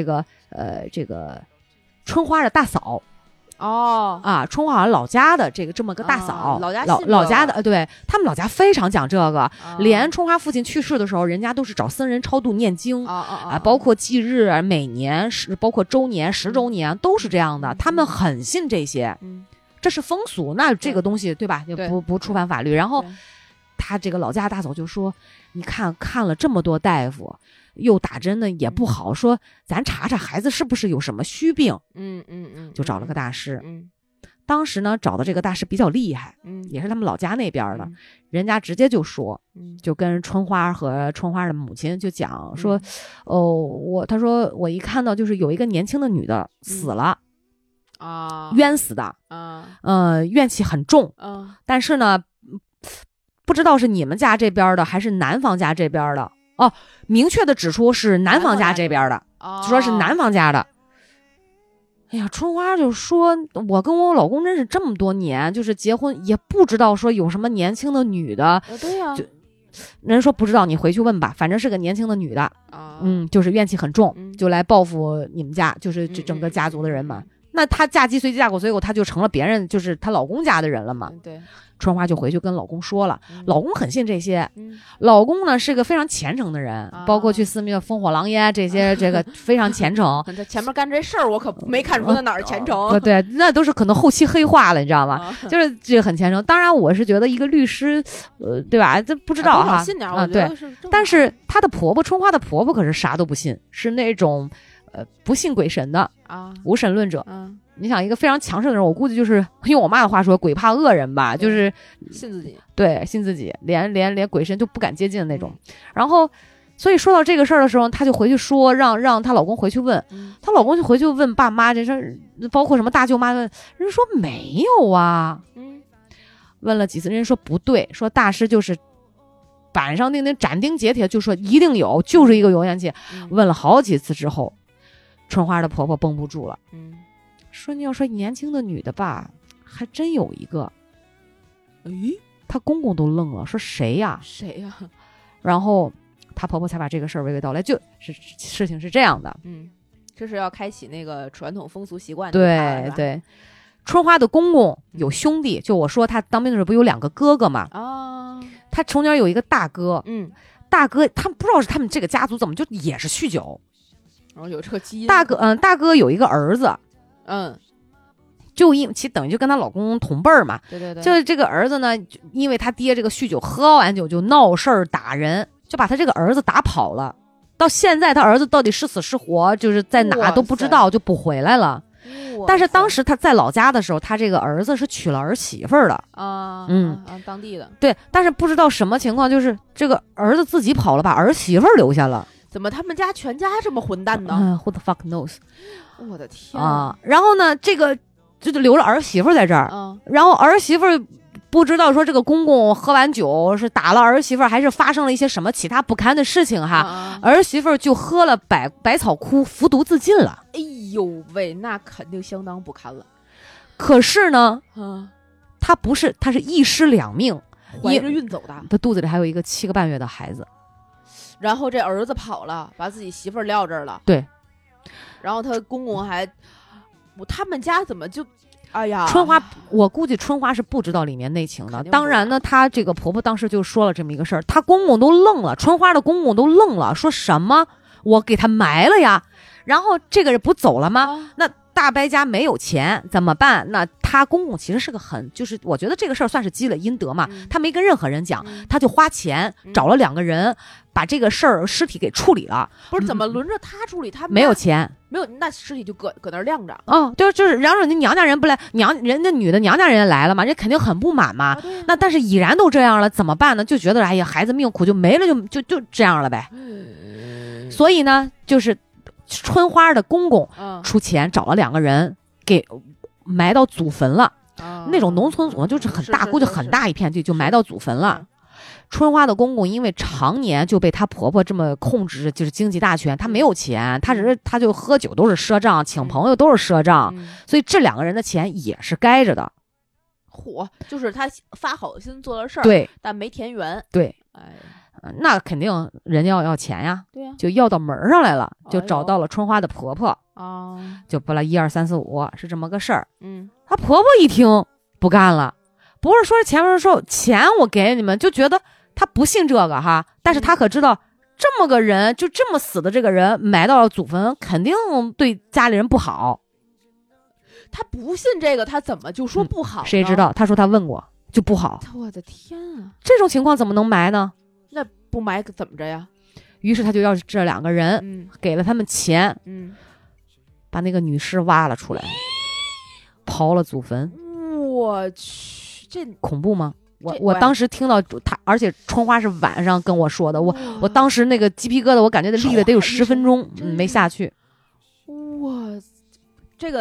春花的大嫂。春花老家的这么个大嫂，老家的，对，他们老家非常讲这个，连春花父亲去世的时候，人家都是找僧人超度念经包括忌日，每年包括周年、10周年都是这样的，他们很信这些，这是风俗，那这个东西对吧？就不触犯法律。然后他这个老家大嫂就说：“你看了这么多大夫。”又打针呢也不好，说咱查查孩子是不是有什么虚病。就找了个大师。当时呢找的这个大师比较厉害，也是他们老家那边的，人家直接就说，就跟春花和春花的母亲就讲说，他说我一看到就是有一个年轻的女的死了，冤死的，怨气很重，但是呢不知道是你们家这边的还是男方家这边的。明确的指出是男方家这边的，说是男方家的。哎呀，春花就说，我跟我老公认识这么多年，就是结婚也不知道说有什么年轻的女的。 对呀， 就人说不知道，你回去问吧，反正是个年轻的女的。就是怨气很重，就来报复你们家，就是这整个家族的人嘛。那她嫁鸡随鸡，嫁狗随狗，她就成了别人，就是她老公家的人了嘛。 对。 春花就回去跟老公说了，老公很信这些，老公呢是个非常虔诚的人，包括去寺庙烽火狼烟这些，这个非常虔诚。 他前面干这事儿，我可没看出他哪儿虔诚。 对，那都是可能后期黑化了，你知道吗？就是这个很虔诚。当然，我是觉得一个律师，对吧？这不知道哈。 信点对。但是她的婆婆春花的婆婆可是啥都不信，是那种不信鬼神的无神论者。你想一个非常强势的人，我估计就是用我妈的话说，鬼怕恶人吧，就是信自己， 对，信自己，连鬼神就不敢接近的那种。然后，所以说到这个事儿的时候，她就回去说，让她老公回去问，她老公就回去问爸妈这事儿，包括什么大舅妈问，人说没有啊，问了几次，人说不对，说大师就是板上钉钉斩钉截铁就说一定有，就是一个有怨气。问了好几次之后，春花的婆婆绷不住了，说你要说年轻的女的吧，还真有一个。她公公都愣了，说谁呀？然后她婆婆才把这个事儿娓娓道来，就是事情是这样的。 这是要开启那个传统风俗习惯。 对，春花的公公有兄弟，就我说他当兵的时候不有2个哥哥嘛？他中间有一个大哥，大哥他们不知道是他们这个家族怎么就也是酗酒， 然后有这个基因。 大哥有一个儿子。就其等于就跟她老公同辈儿嘛， 对， 就是这个儿子呢，因为他爹这个酗酒，喝完酒就闹事儿打人，就把他这个儿子打跑了。到现在他儿子到底是死是活，就是在哪都不知道，就不回来了。但是当时他在老家的时候，他这个儿子是娶了儿媳妇儿的当地的。 对，但是不知道什么情况，就是这个儿子自己跑了，把儿媳妇儿留下了。 怎么他们家全家这么混蛋呢 ？Who the fuck knows？ 我的天然后呢，这个就留了儿媳妇在这儿，然后儿媳妇不知道说这个公公喝完酒是打了儿媳妇，还是发生了一些什么其他不堪的事情哈，儿媳妇就喝了百草枯，服毒自尽了。 哎呦喂，那肯定相当不堪了。 可是呢，她不是，她是一尸两命， 怀着孕走的， 她肚子里还有一个7个半月的孩子。 然后这儿子跑了，把自己媳妇撂这儿了。 对。 然后他公公还，他们家怎么就，哎呀， 春花，我估计春花是不知道里面内情的。当然呢，她这个婆婆当时就说了这么一个事儿，她公公都愣了，春花的公公都愣了，说什么我给他埋了呀？然后这个人不走了吗？那大伯家没有钱怎么办？那他公公其实是个就是我觉得这个事儿算是积了阴德嘛，他没跟任何人讲，他就花钱找了2个人，把这个事儿尸体给处理了。 不是怎么轮着他处理？他没有钱， 没有，那尸体就搁那儿晾着。 就是然后人家娘家人不来，人家女的娘家人来了嘛，人肯定很不满嘛。那但是已然都这样了，怎么办呢？就觉得哎呀，孩子命苦就没了，就这样了呗。所以呢，就是春花的公公出钱找了2个人给埋到祖坟了。那种农村祖坟就是很大，估计很大一片地就埋到祖坟了。春花的公公因为常年就被她婆婆这么控制，就是经济大权，他没有钱，他就喝酒都是赊账，请朋友都是赊账，所以这2个人的钱也是该着的。 嚯，就是他发好心做的事儿， 对， 但没田园， 对， 哎， 那肯定人家要钱呀， 对呀， 就要到门上来了，就找到了春花的婆婆就巴拉1、2、3、4、5是这么个事儿。她婆婆一听不干了，不是说前面说钱我给你们，就觉得她不信这个哈，但是她可知道这么个人就这么死的这个人埋到了祖坟，肯定对家里人不好。 她不信这个，她怎么就说不好呢？ 谁知道？她说她问过就不好。 我的天啊， 这种情况怎么能埋呢？ 那不埋怎么着呀？ 于是他就要这2个人，给了他们钱，把那个女尸挖了出来，刨了祖坟。 我去，这恐怖吗？我当时听到他，而且春花是晚上跟我说的，我当时那个鸡皮疙瘩，我感觉立了得有10分钟，没下去。 哇，这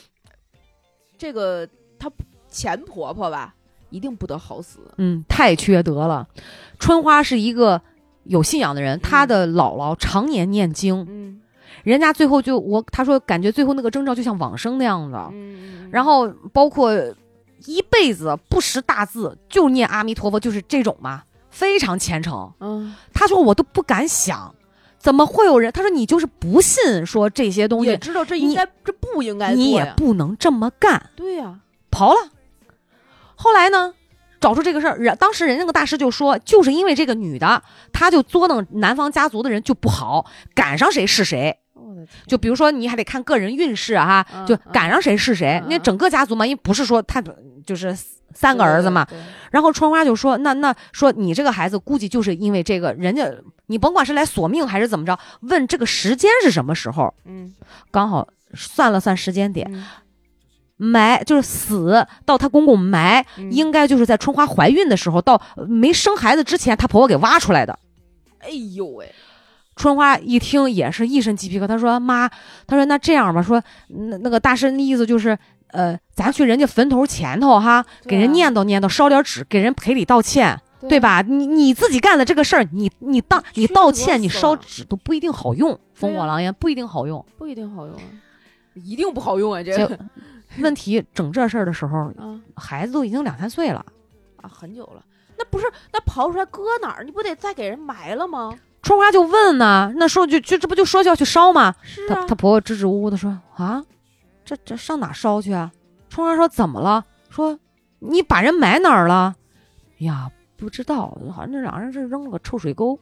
个她前婆婆吧，一定不得好死。 太缺德了。春花是一个有信仰的人，她的姥姥常年念经，人家最后他说感觉最后那个征兆就像往生那样的，然后包括一辈子不识大字就念阿弥陀佛，就是这种嘛，非常虔诚。他说我都不敢想怎么会有人，他说你就是不信说这些东西， 也知道这不应该做呀， 你也不能这么干。 对呀， 刨了。后来呢找出这个事儿，当时人那个大师就说，就是因为这个女的，她就作弄男方家族的人就不好，赶上谁是谁。就比如说你还得看个人运势哈，就赶上谁是谁。那整个家族嘛，因为不是说他就是3个儿子嘛。然后春花就说，那说你这个孩子估计就是因为这个，人家你甭管是来索命还是怎么着，问这个时间是什么时候。刚好算了算时间点。埋就是死到她公公埋，应该就是在春花怀孕的时候，到没生孩子之前，她婆婆给挖出来的。 哎呦喂！ 春花一听也是一身鸡皮疙瘩，她说妈，她说那这样吧，说那个大师的意思就是咱去人家坟头前头哈，给人念叨念叨，烧点纸，给人赔礼道歉，对吧？你自己干的这个事儿，你道歉，你烧纸都不一定好用，烽火狼烟不一定好用， 不一定好用，一定不好用啊！这个问题整这事儿的时候，孩子都已经2、3岁了啊，很久了。那不是那刨出来搁哪儿？你不得再给人埋了吗？ 春花就问呢，那说就这不就说要去烧吗？ 是啊。 她婆婆支支吾吾的说啊，这上哪烧去啊？春花说怎么了？说你把人埋哪儿了？呀，不知道，好像这2人是扔了个臭水沟。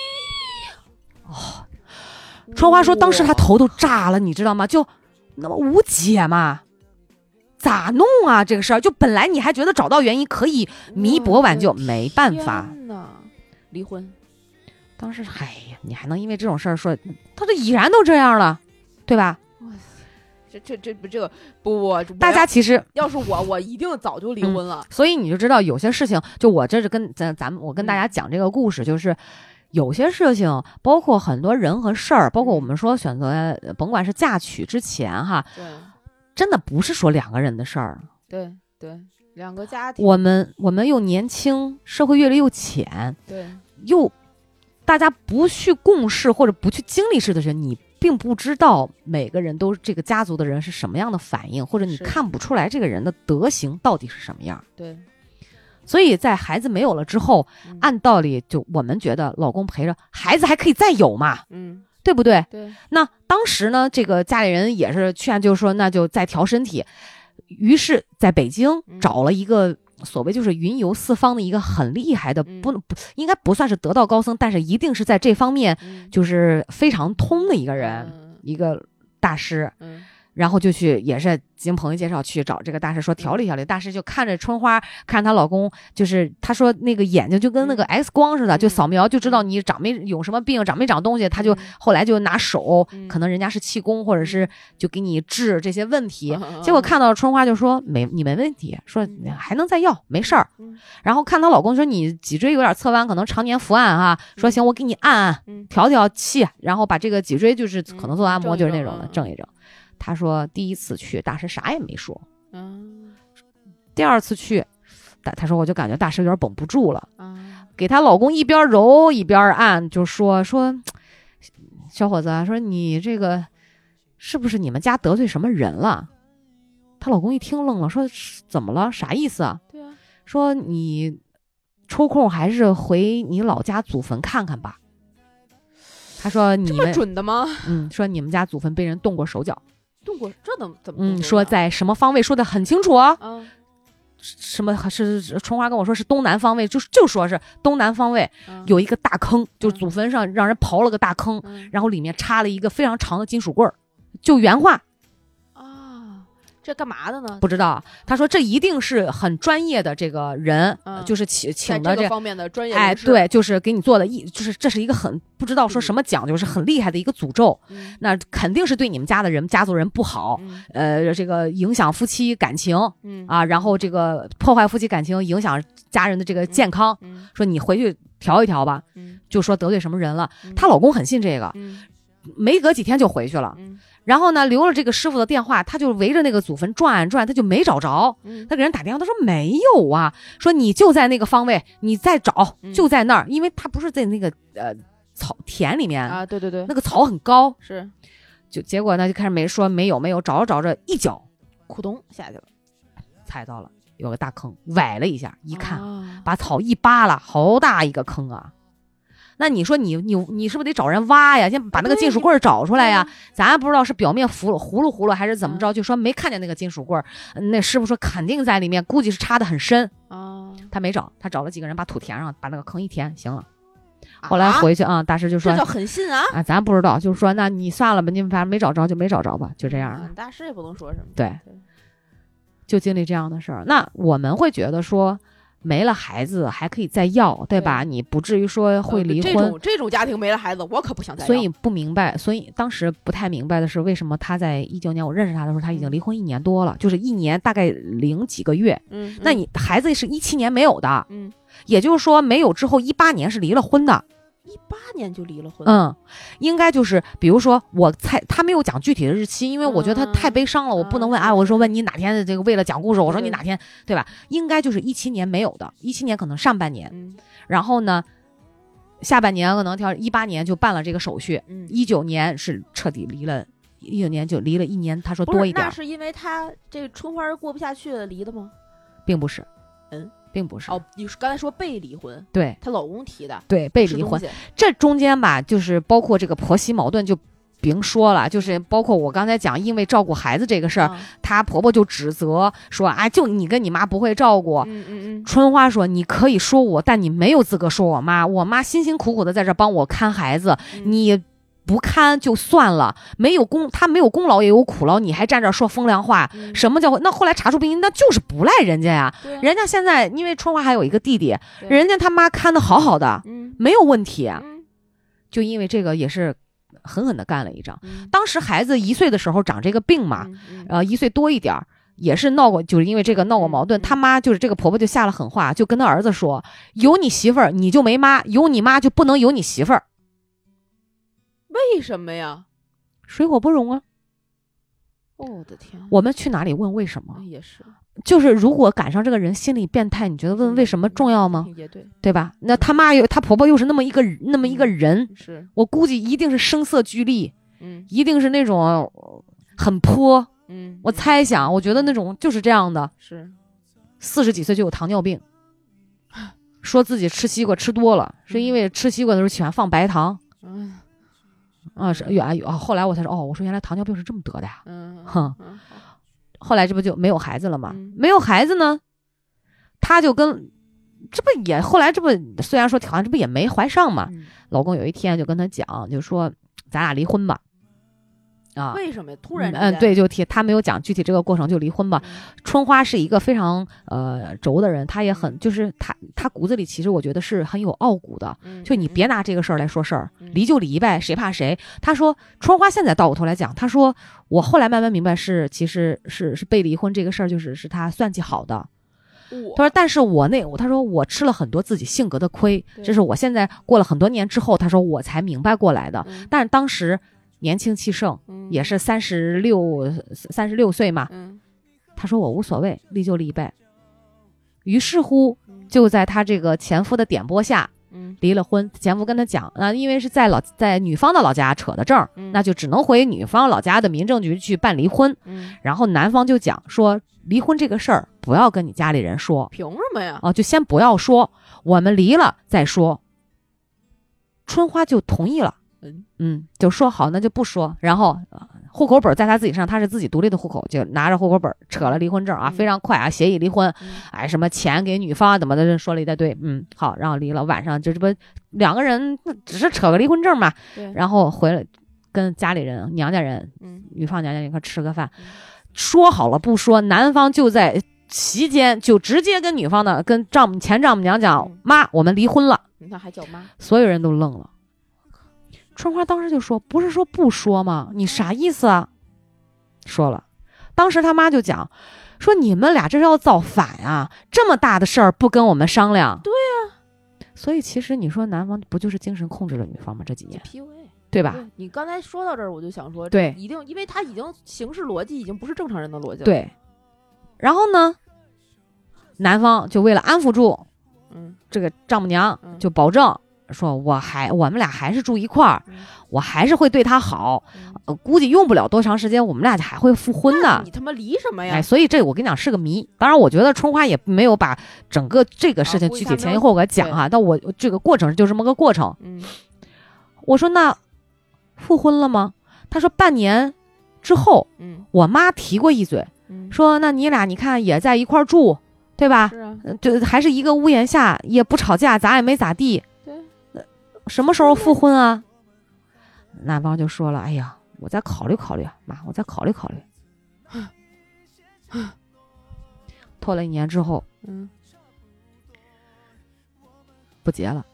春花说当时她头都炸了，你知道吗？就那么无解嘛。咋弄啊？这个事儿就本来你还觉得找到原因可以弥补挽救，没办法， 离婚。 当时哎呀，你还能因为这种事儿说，他都已然都这样了，对吧？ 这个不， 大家其实要是我一定早就离婚了。 所以你就知道有些事情，就我这是跟我跟大家讲这个故事，就是有些事情，包括很多人和事儿，包括我们说选择，甭管是嫁娶之前哈。 对。 真的不是说2个人的事儿， 对，2个家庭， 我们又年轻，社会阅历又浅， 对， 又大家不去共事或者不去经历事的人，你并不知道每个人都这个家族的人是什么样的反应，或者你看不出来这个人的德行到底是什么样。 对， 所以在孩子没有了之后，按道理就我们觉得老公陪着孩子还可以再有嘛，对不对？ 对。 那当时呢，这个家里人也是劝，就是说那就再调身体，于是在北京找了一个所谓就是云游四方的一个很厉害的，不应该不算是得道高僧，但是一定是在这方面就是非常通的一个人，一个大师。 然后就去，也是经朋友介绍去找这个大师说调理调理。大师就看着春花，看她老公，就是他说那个眼睛就跟那个 X 光似的，就扫描就知道你长没有什么病，长没长东西。他就后来就拿手，可能人家是气功，或者是就给你治这些问题。结果看到春花就说你没问题，说还能再要，没事儿。然后看她老公说你脊椎有点侧弯，可能常年伏案哈，说行我给你按按，调调气，然后把这个脊椎就是可能做按摩就是那种的正一正。他说第一次去大师啥也没说，第二次去，他说我就感觉大师有点绷不住了，给她老公一边揉一边按，就说小伙子说你这个是不是你们家得罪什么人了？她老公一听愣了，说怎么了？啥意思啊？ 对啊， 说你抽空还是回你老家祖坟看看吧。他说你们这么准的吗？ 说你们家祖坟被人动过手脚。 动过这怎么说在什么方位，说的很清楚啊。什么是春花跟我说是东南方位，就说是东南方位有一个大坑，就是祖坟上让人刨了个大坑，然后里面插了一个非常长的金属棍儿，就原话。 这干嘛的呢？ 不知道。他说这一定是很专业的这个人，就是请的这个方面的专业人士。 对，就是给你做的就是这是一个很不知道说什么讲究，是很厉害的一个诅咒。那肯定是对你们家的人家族人不好，这个影响夫妻感情，然后这个破坏夫妻感情，影响家人的这个健康。说你回去调一调吧，就说得罪什么人了。她老公很信这个，没隔几天就回去了。然后呢，留了这个师傅的电话，他就围着那个祖坟转，他就没找着。他给人打电话，他说没有啊，说你就在那个方位，你再找，就在那儿，因为他不是在那个草田里面啊，对， 那个草很高， 是， 就结果呢就开始没有，找着一脚， 咕咚下去了， 踩到了，有个大坑，崴了一下，一看，把草一扒拉，好大一个坑啊！那你说你是不是得找人挖呀？先把那个金属棍找出来呀？咱不知道是表面糊了还是怎么着，就说没看见那个金属棍。那师傅说肯定在里面，估计是插得很深他没找，他找了几个人把土填上，把那个坑一填，行了。后来回去大师就说这叫狠心啊！ 咱不知道，就是说那你算了吧，你反正没找着就没找着吧，就这样。 大师也不能说什么。 对，就经历这样的事儿。那我们会觉得说。没了孩子还可以再要，对吧？你不至于说会离婚。 这种家庭没了孩子，我可不想再要。 所以不明白，所以当时不太明白的是，为什么他在19年我认识他的时候，他已经离婚1年多了，就是1年大概0几个月。那你孩子是17年没有的，也就是说没有之后18年是离了婚的。 18年就离了婚， 应该就是比如说我猜他没有讲具体的日期，因为我觉得他太悲伤了，我不能问我说问你哪天这个为了讲故事，我说你哪天对吧？应该就是17年没有的，17年可能上半年，然后呢下半年可能挑18年就办了这个手续，19年是彻底离了，19年就离了1年，他说多一点。 那是因为他这个春花过不下去了离的吗？ 并不是，并不是你刚才说被离婚， 对， 她老公提的， 对，被离婚。这中间吧，就是包括这个婆媳矛盾就别说了，就是包括我刚才讲，因为照顾孩子这个事儿，她婆婆就指责说就你跟你妈不会照顾。春花说你可以说我，但你没有资格说我妈，我妈辛辛苦苦的在这帮我看孩子，你不看就算了，他没有功劳也有苦劳，你还站这儿说风凉话，什么叫那后来查出病因，那就是不赖人家呀。人家现在因为春花还有一个弟弟，人家他妈看得好好的，没有问题。就因为这个也是狠狠的干了一仗。当时孩子1岁的时候长这个病嘛，1岁多一点也是闹过，就是因为这个闹过矛盾。他妈就是这个婆婆就下了狠话，就跟他儿子说，有你媳妇儿你就没妈，有你妈就不能有你媳妇儿。 为什么呀？ 水火不容啊！ 我的天， 我们去哪里问为什么？ 也是， 就是如果赶上这个人心理变态，你觉得问为什么重要吗？ 也对， 对吧？那他妈他婆婆又是那么一个人， 是我估计一定是声色俱厉，一定是那种很泼，我猜想，我觉得那种就是这样的， 是 40几岁就有糖尿病，说自己吃西瓜吃多了，是因为吃西瓜的时候喜欢放白糖。后来我才说我说原来糖尿病是这么得的呀。后来这不就没有孩子了吗？没有孩子呢，他就跟这不也后来这不虽然说好像这不也没怀上嘛，老公有一天就跟他讲，就说咱俩离婚吧。 啊， 为什么突然对，就他没有讲具体这个过程，就离婚吧。春花是一个非常轴的人，他也很就是他骨子里其实我觉得是很有傲骨的，就你别拿这个事儿来说事儿，离就离呗，谁怕谁。他说春花现在倒过头来讲，他说我后来慢慢明白其实是被离婚这个事儿，就是他算计好的。他说但是他说我吃了很多自己性格的亏，这是我现在过了很多年之后，他说我才明白过来的。但是当时年轻气盛，也是36岁嘛，他说我无所谓，离就离呗。于是乎就在他这个前夫的点拨下离了婚。前夫跟他讲因为是在女方的老家扯的证，那就只能回女方老家的民政局去办离婚。然后男方就讲说离婚这个事儿不要跟你家里人说。 凭什么呀？ 就先不要说，我们离了再说。春花就同意了，就说好那就不说。然后户口本在他自己上，他是自己独立的户口，就拿着户口本扯了离婚证非常快协议离婚。什么钱给女方怎么的说了一大堆。好，然后离了。晚上就这不两个人只是扯个离婚证嘛，然后回来跟家里人娘家人女方娘家一块吃个饭。说好了不说，男方就在席间就直接跟女方的跟前丈母娘讲，妈我们离婚了。 你看还叫妈， 所有人都愣了。春花当时就说不是说不说吗？你啥意思啊？说了。当时他妈就讲说你们俩这是要造反啊，这么大的事儿不跟我们商量。 对啊， 所以其实你说男方不就是精神控制了女方吗？这几年 PUA， 对吧？ 你刚才说到这儿我就想说， 对， 一定因为他已经形式逻辑已经不是正常人的逻辑了。 对。然后呢男方就为了安抚住这个丈母娘，就保证说我们俩还是住一块儿，我还是会对他好，估计用不了多长时间我们俩还会复婚的。 你他妈离什么呀？ 所以这我跟你讲是个谜。当然我觉得春花也没有把整个这个事情具体前因后果讲但我这个过程就这么个过程。我说那复婚了吗？他说半年之后我妈提过一嘴，说那你俩你看也在一块儿住，对吧？ 是啊， 就还是一个屋檐下，也不吵架，咋也没咋地。 对， 什么时候复婚啊？男方就说了，哎呀，我再考虑考虑，妈，我再考虑考虑。拖了1年之后，不结了。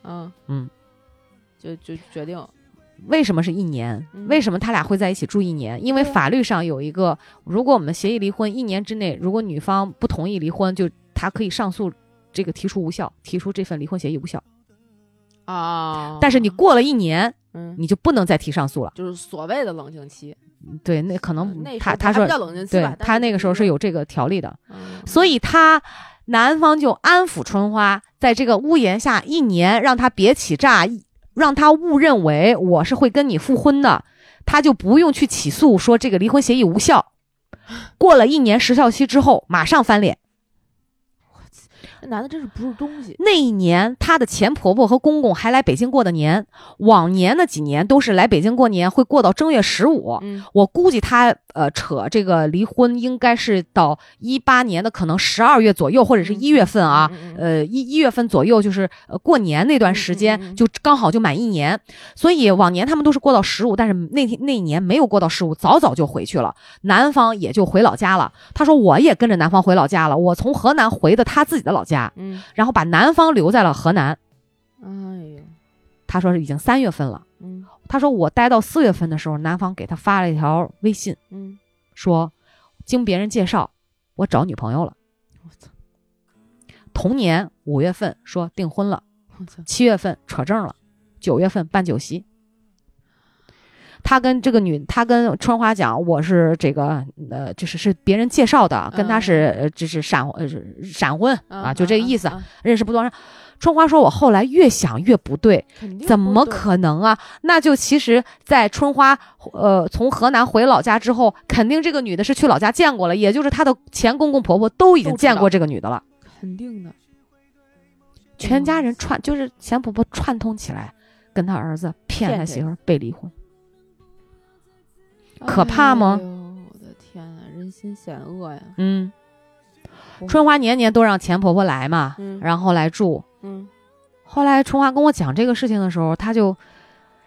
就决定。 为什么是1年？为什么他俩会在一起住1年？因为法律上有一个，如果我们协议离婚1年之内，如果女方不同意离婚，就他可以上诉，这个提出无效，提出这份离婚协议无效。但是你过了1年，你就不能再提上诉了， 就是所谓的冷静期。 对，那可能他说对，他那个时候是有这个条例的，所以男方就安抚春花，在这个屋檐下1年，让他别起诈，让他误认为我是会跟你复婚的，他就不用去起诉说这个离婚协议无效。过了1年时效期之后，马上翻脸。 这男的真是不是东西。 那一年她的前婆婆和公公还来北京过的年，往年的几年都是来北京过年，会过到正月15。我估计她扯这个离婚应该是到18年的可能12月左右，或者是1月份啊。1月份左右就是过年那段时间，就刚好就满1年。所以往年他们都是过到15，但是那一年没有过到15，早就回去了。男方也就回老家了。他说我也跟着男方回老家了，我从河南回的他自己的老家。然后把男方留在了河南。他说已经3月份了。他说我待到4月份的时候，男方给他发了一条微信，说经别人介绍我找女朋友了。同年5月份说订婚了，7月份扯证了，9月份办酒席。他跟春花讲，我是这个就是别人介绍的，跟他是就是闪婚啊，就这个意思，认识不多。春花说我后来越想越不对，怎么可能啊？那就其实在春花从河南回老家之后，肯定这个女的是去老家见过了，也就是她的前公公婆婆都已经见过这个女的了， 肯定的。 全家人就是前婆婆串通起来跟他儿子骗他媳妇被离婚。可怕吗？ 我的天啊，人心险恶呀。 春花年年都让前婆婆来嘛，然后来住。后来春花跟我讲这个事情的时候，她就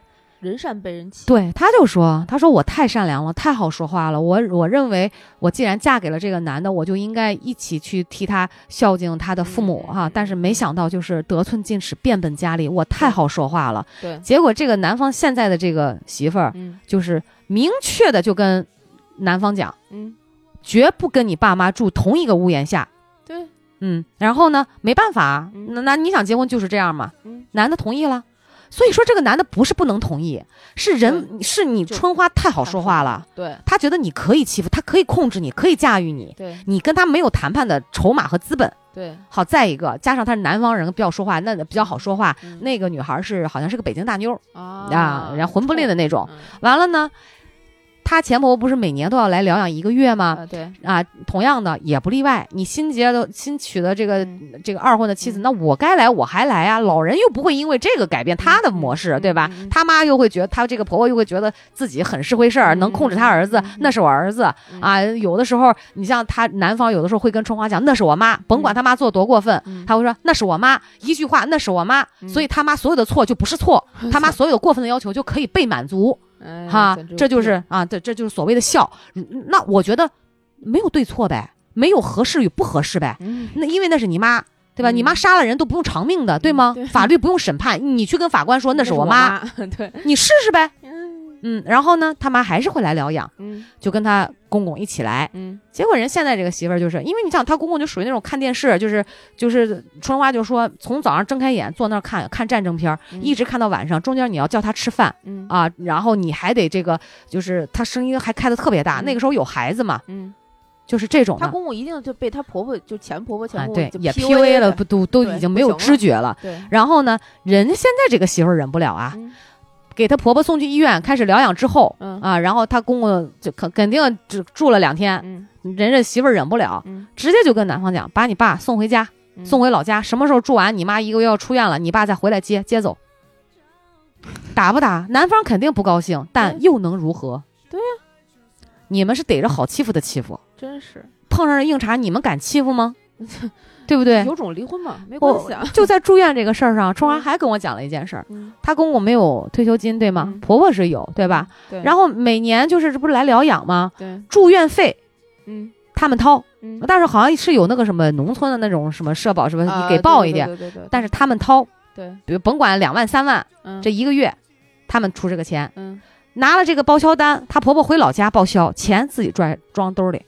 人善被人欺。 对，他就说，他说我太善良了，太好说话了，我认为我既然嫁给了这个男的，我就应该一起去替他孝敬他的父母哈、但是没想到就是得寸进尺，变本加厉，我太好说话了。 对， 结果这个男方现在的这个媳妇儿，就是明确的就跟男方讲，绝不跟你爸妈住同一个屋檐下。 对， 然后呢，没办法，那你想结婚就是这样嘛，男的同意了。所以说这个男的不是不能同意，是你春花太好说话了， 对， 他觉得你可以欺负他，可以控制你，可以驾驭你， 对， 你跟他没有谈判的筹码和资本。 对， 好，再一个加上他是南方人，比较说话，那比较好说话。那个女孩好像是个北京大妞人家混不吝的那种。完了呢，她前婆婆不是每年都要来疗养1个月吗？ 对同样的也不例外。你新娶的这个二婚的妻子，那我该来我还来啊。老人又不会因为这个改变他的模式，对吧？他妈又会觉得，他这个婆婆又会觉得自己很是会事儿，能控制他儿子，那是我儿子啊。有的时候，你像他男方有的时候会跟春花讲，那是我妈，甭管他妈做多过分，他会说那是我妈，一句话那是我妈，所以他妈所有的错就不是错，他妈所有的过分的要求就可以被满足。哈，这就是这就是所谓的孝。那我觉得没有对错呗，没有合适与不合适呗。那因为那是你妈，对吧？你妈杀了人都不用偿命的，对吗？法律不用审判，你去跟法官说那是我妈， 对， 你试试呗。然后呢，他妈还是会来疗养，就跟他公公一起来。结果人现在这个媳妇儿就是因为你想，他公公就属于那种看电视，就是春花就说从早上睁开眼坐那儿看战争片，一直看到晚上，中间你要叫他吃饭然后你还得这个，就是他声音还开得特别大，那个时候有孩子嘛，就是这种的。 她公公一定就被她婆婆就前婆婆对也 PUA 了，都已经没有知觉了。 对， 然后呢，人家现在这个媳妇儿忍不了啊。给她婆婆送去医院开始疗养之后，然后她公公就肯定只住了2天，人家媳妇儿忍不了，直接就跟男方讲，把你爸送回家，送回老家，什么时候住完，你妈1个月要出院了，你爸再回来接走。打不打？男方肯定不高兴，但又能如何？ 对呀， 你们是逮着好欺负的欺负， 真是碰上硬茬，你们敢欺负吗？对不对？ 有种离婚嘛，没关系啊。 就在住院这个事儿上，春花还跟我讲了一件事儿。她公公没有退休金，对吗？婆婆是有，对吧？ 对。 然后每年这不是来疗养吗？ 对。 住院费，他们掏。但是好像是有那个什么农村的那种什么社保什么，你给报一点。 对。 但是他们掏。 对。 比如甭管2万3万，这1个月，他们出这个钱。拿了这个报销单，她婆婆回老家报销，钱自己装兜里。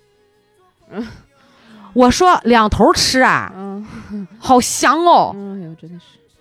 我说2头吃啊，好香哦！ 哎呦，真的是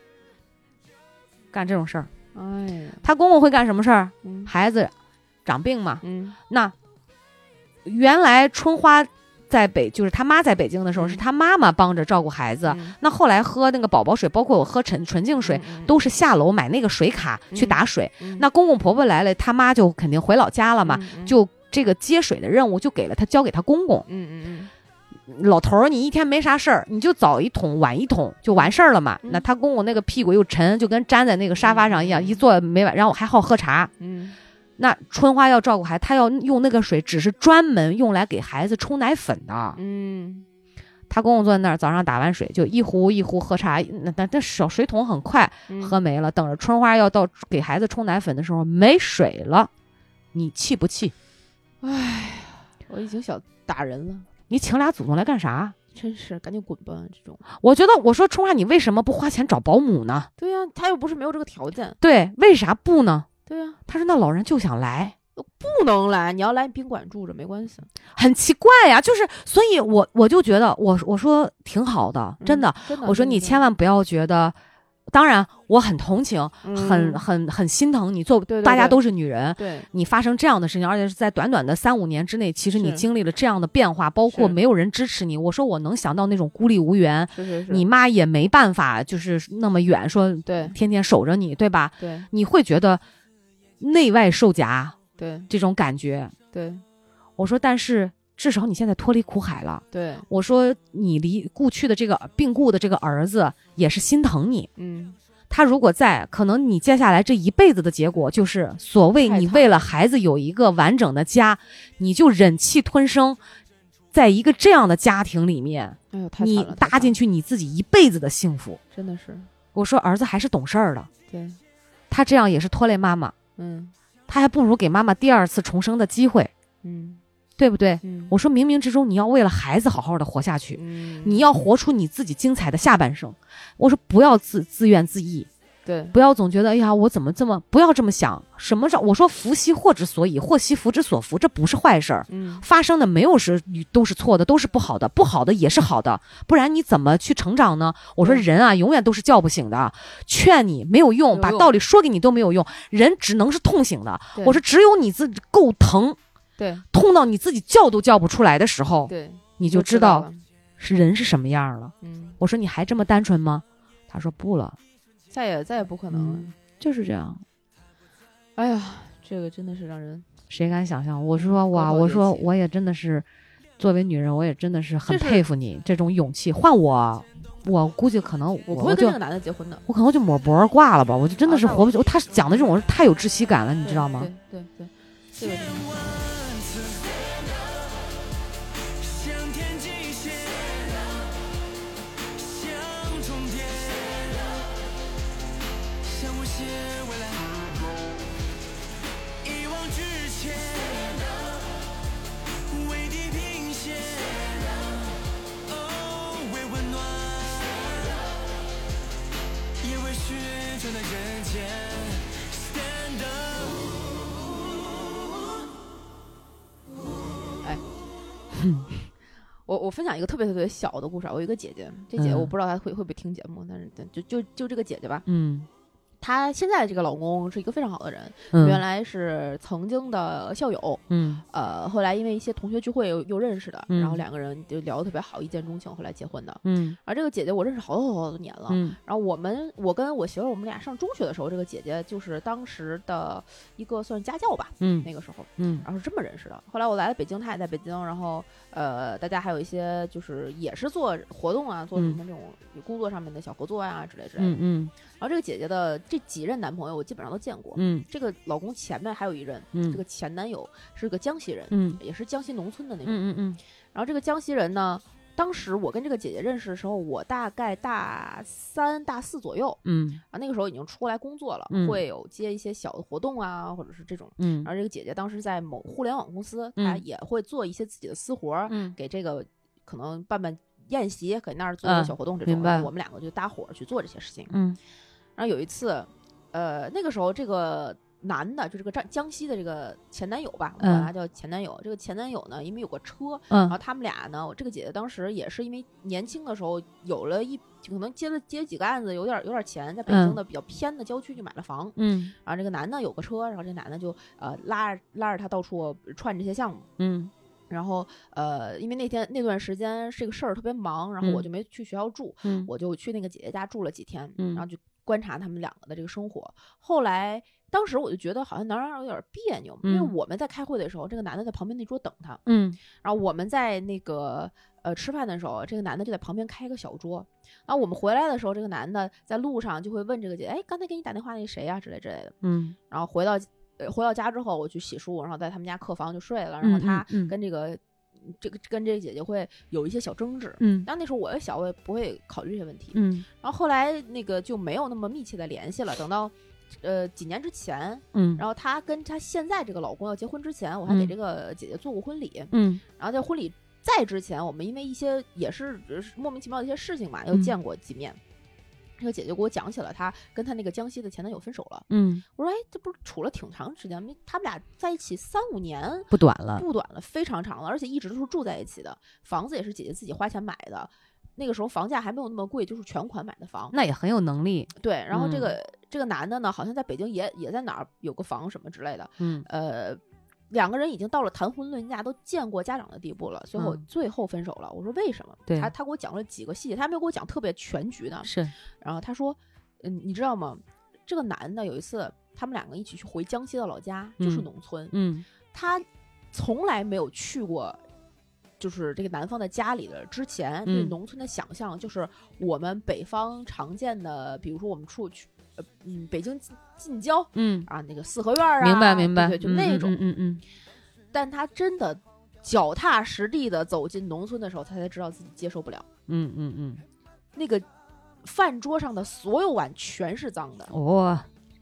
干这种事儿。 哎呀， 他公公会干什么事儿？孩子长病嘛。那原来春花就是他妈在北京的时候，是他妈妈帮着照顾孩子。那后来喝那个宝宝水，包括我喝纯净水，都是下楼买那个水卡去打水。那公公婆婆来了，他妈就肯定回老家了嘛，就这个接水的任务就交给他公公。老头儿，你一天没啥事儿，你就早1桶晚1桶就完事儿了嘛。那他公公那个屁股又沉，就跟粘在那个沙发上一样，一坐没完。然后还好喝茶。那春花要照顾孩子，她要用那个水，只是专门用来给孩子冲奶粉的。他公公坐在那儿，早上打完水就一壶一壶喝茶，那小水桶很快喝没了。等着春花要到给孩子冲奶粉的时候没水了，你气不气？ 哎，我已经想打人了。 你请俩祖宗来干啥？ 真是赶紧滚吧！这种， 我觉得我说春花，你为什么不花钱找保姆呢？ 对呀，他又不是没有这个条件。 对，为啥不呢？ 对呀， 他说那老人就想来， 不能来，你要来宾馆住着没关系。 很奇怪呀，就是所以我就觉得我说挺好的，真的，我说你千万不要觉得。当然，我很同情，很心疼你。大家都是女人， 对， 你发生这样的事情，而且是在短短的3-5年之内，其实你经历了这样的变化，包括没有人支持你。我说我能想到那种孤立无援，你妈也没办法，就是那么远说， 对， 天天守着你，对吧？ 对， 你会觉得内外受夹， 对， 这种感觉， 对。 我说，但是。至少你现在脱离苦海了。 对， 我说你离故去的这个病故的这个儿子也是心疼你。他如果在，可能你接下来这一辈子的结果就是所谓你为了孩子有一个完整的家，你就忍气吞声，在一个这样的家庭里面，你搭进去你自己一辈子的幸福。 真的是， 我说儿子还是懂事儿的。 对， 他这样也是拖累妈妈。 他还不如给妈妈第2次重生的机会，对不对？我说冥冥之中你要为了孩子好好的活下去，你要活出你自己精彩的下半生。我说不要自怨自艾， 对， 不要总觉得哎呀我怎么这么，不要这么想。什么我说福兮祸之所以，祸兮福之所伏，这不是坏事儿。发生的没有是都是错的，都是不好的，不好的也是好的，不然你怎么去成长呢？我说人啊永远都是叫不醒的，劝你没有用，把道理说给你都没有用，人只能是痛醒的。我说只有你自己够疼， 对， 痛到你自己叫都叫不出来的时候， 对， 你就知道是人是什么样了。我说你还这么单纯吗？他说不了， 再也不可能了， 就是这样。 哎呀，这个真的是让人谁敢想象？我说哇，我说我也真的是作为女人，我也真的是很佩服你这种勇气。换我估计可能我不会跟这个男的结婚的， 我可能就抹脖挂了吧。我就真的是活不。他讲的这种太有窒息感了，你知道吗？ 对，这个真的。我分享一个特别特别小的故事。我有一个姐姐，这姐姐我不知道她会不会听节目，但是就这个姐姐吧，她现在这个老公是一个非常好的人，原来是曾经的校友，后来因为一些同学聚会又认识的，然后2个人就聊得特别好，一见钟情，后来结婚的，而这个姐姐我认识好多年了，然后我跟我媳妇儿我们俩上中学的时候，这个姐姐就是当时的一个算是家教吧，那个时候，然后是这么认识的。后来我来了北京，她也在北京，然后大家还有一些就是也是做活动啊，做什么这种工作上面的小合作啊之类的，然后这个姐姐的这几任男朋友我基本上都见过，这个老公前面还有一任，这个前男友是个江西人，也是江西农村的那种，然后这个江西人呢，当时我跟这个姐姐认识的时候，我大概大3、大4左右，那个时候已经出来工作了，会有接一些小的活动啊，或者是这种，然后这个姐姐当时在某互联网公司，她也会做一些自己的私活，给这个可能办宴席，给那儿做一个小活动这种，我们2个就搭伙去做这些事情，然后有一次，那个时候这个男的就这个江西的这个前男友吧，我管他叫前男友。这个前男友呢，因为有个车，然后他们俩呢，这个姐姐当时也是因为年轻的时候有了可能接几个案子，有点钱，在北京的比较偏的郊区就买了房，然后这个男的有个车，然后这个男的就拉着他到处串这些项目，然后因为那段时间这个事儿特别忙，然后我就没去学校住，我就去那个姐姐家住了几天，然后就观察他们2个的这个生活。后来当时我就觉得好像男人有点别扭，因为我们在开会的时候，这个男的在旁边那桌等他，然后我们在那个吃饭的时候，这个男的就在旁边开个小桌，然后我们回来的时候，这个男的在路上就会问这个姐，哎，刚才给你打电话那谁啊之类的，然后回到家之后，我去洗漱，然后在他们家客房就睡了，然后他跟这个姐姐会有一些小争执，但那时候我也小，我也不会考虑这些问题，然后后来那个就没有那么密切的联系了。等到几年之前，然后她跟她现在这个老公要结婚之前，我还给这个姐姐做过婚礼，然后在婚礼在之前，我们因为一些也是莫名其妙的一些事情嘛，又见过几面。这个姐姐给我讲起了她跟她那个江西的前男友分手了，我说哎，这不是处了挺长时间，他们俩在一起3、5年， 不短了， 非常长了，而且一直都是住在一起的，房子也是姐姐自己花钱买的，那个时候房价还没有那么贵，就是全款买的房， 那也很有能力。 对，然后这个男的呢，好像在北京也在哪儿有个房什么之类的，2个人已经到了谈婚论嫁都见过家长的地步了，最后分手了。我说为什么？他给我讲了几个细节，他没有给我讲特别全局的。 是， 然后他说，你知道吗？这个男的有一次，他们2个一起去回江西的老家，就是农村，他从来没有去过，就是这个南方的家里的。之前对农村的想象就是我们北方常见的，比如说我们去北京近郊，那个四合院啊， 明白， 对，就那种，但他真的脚踏实地的走进农村的时候，他才知道自己接受不了，那个饭桌上的所有碗全是脏的，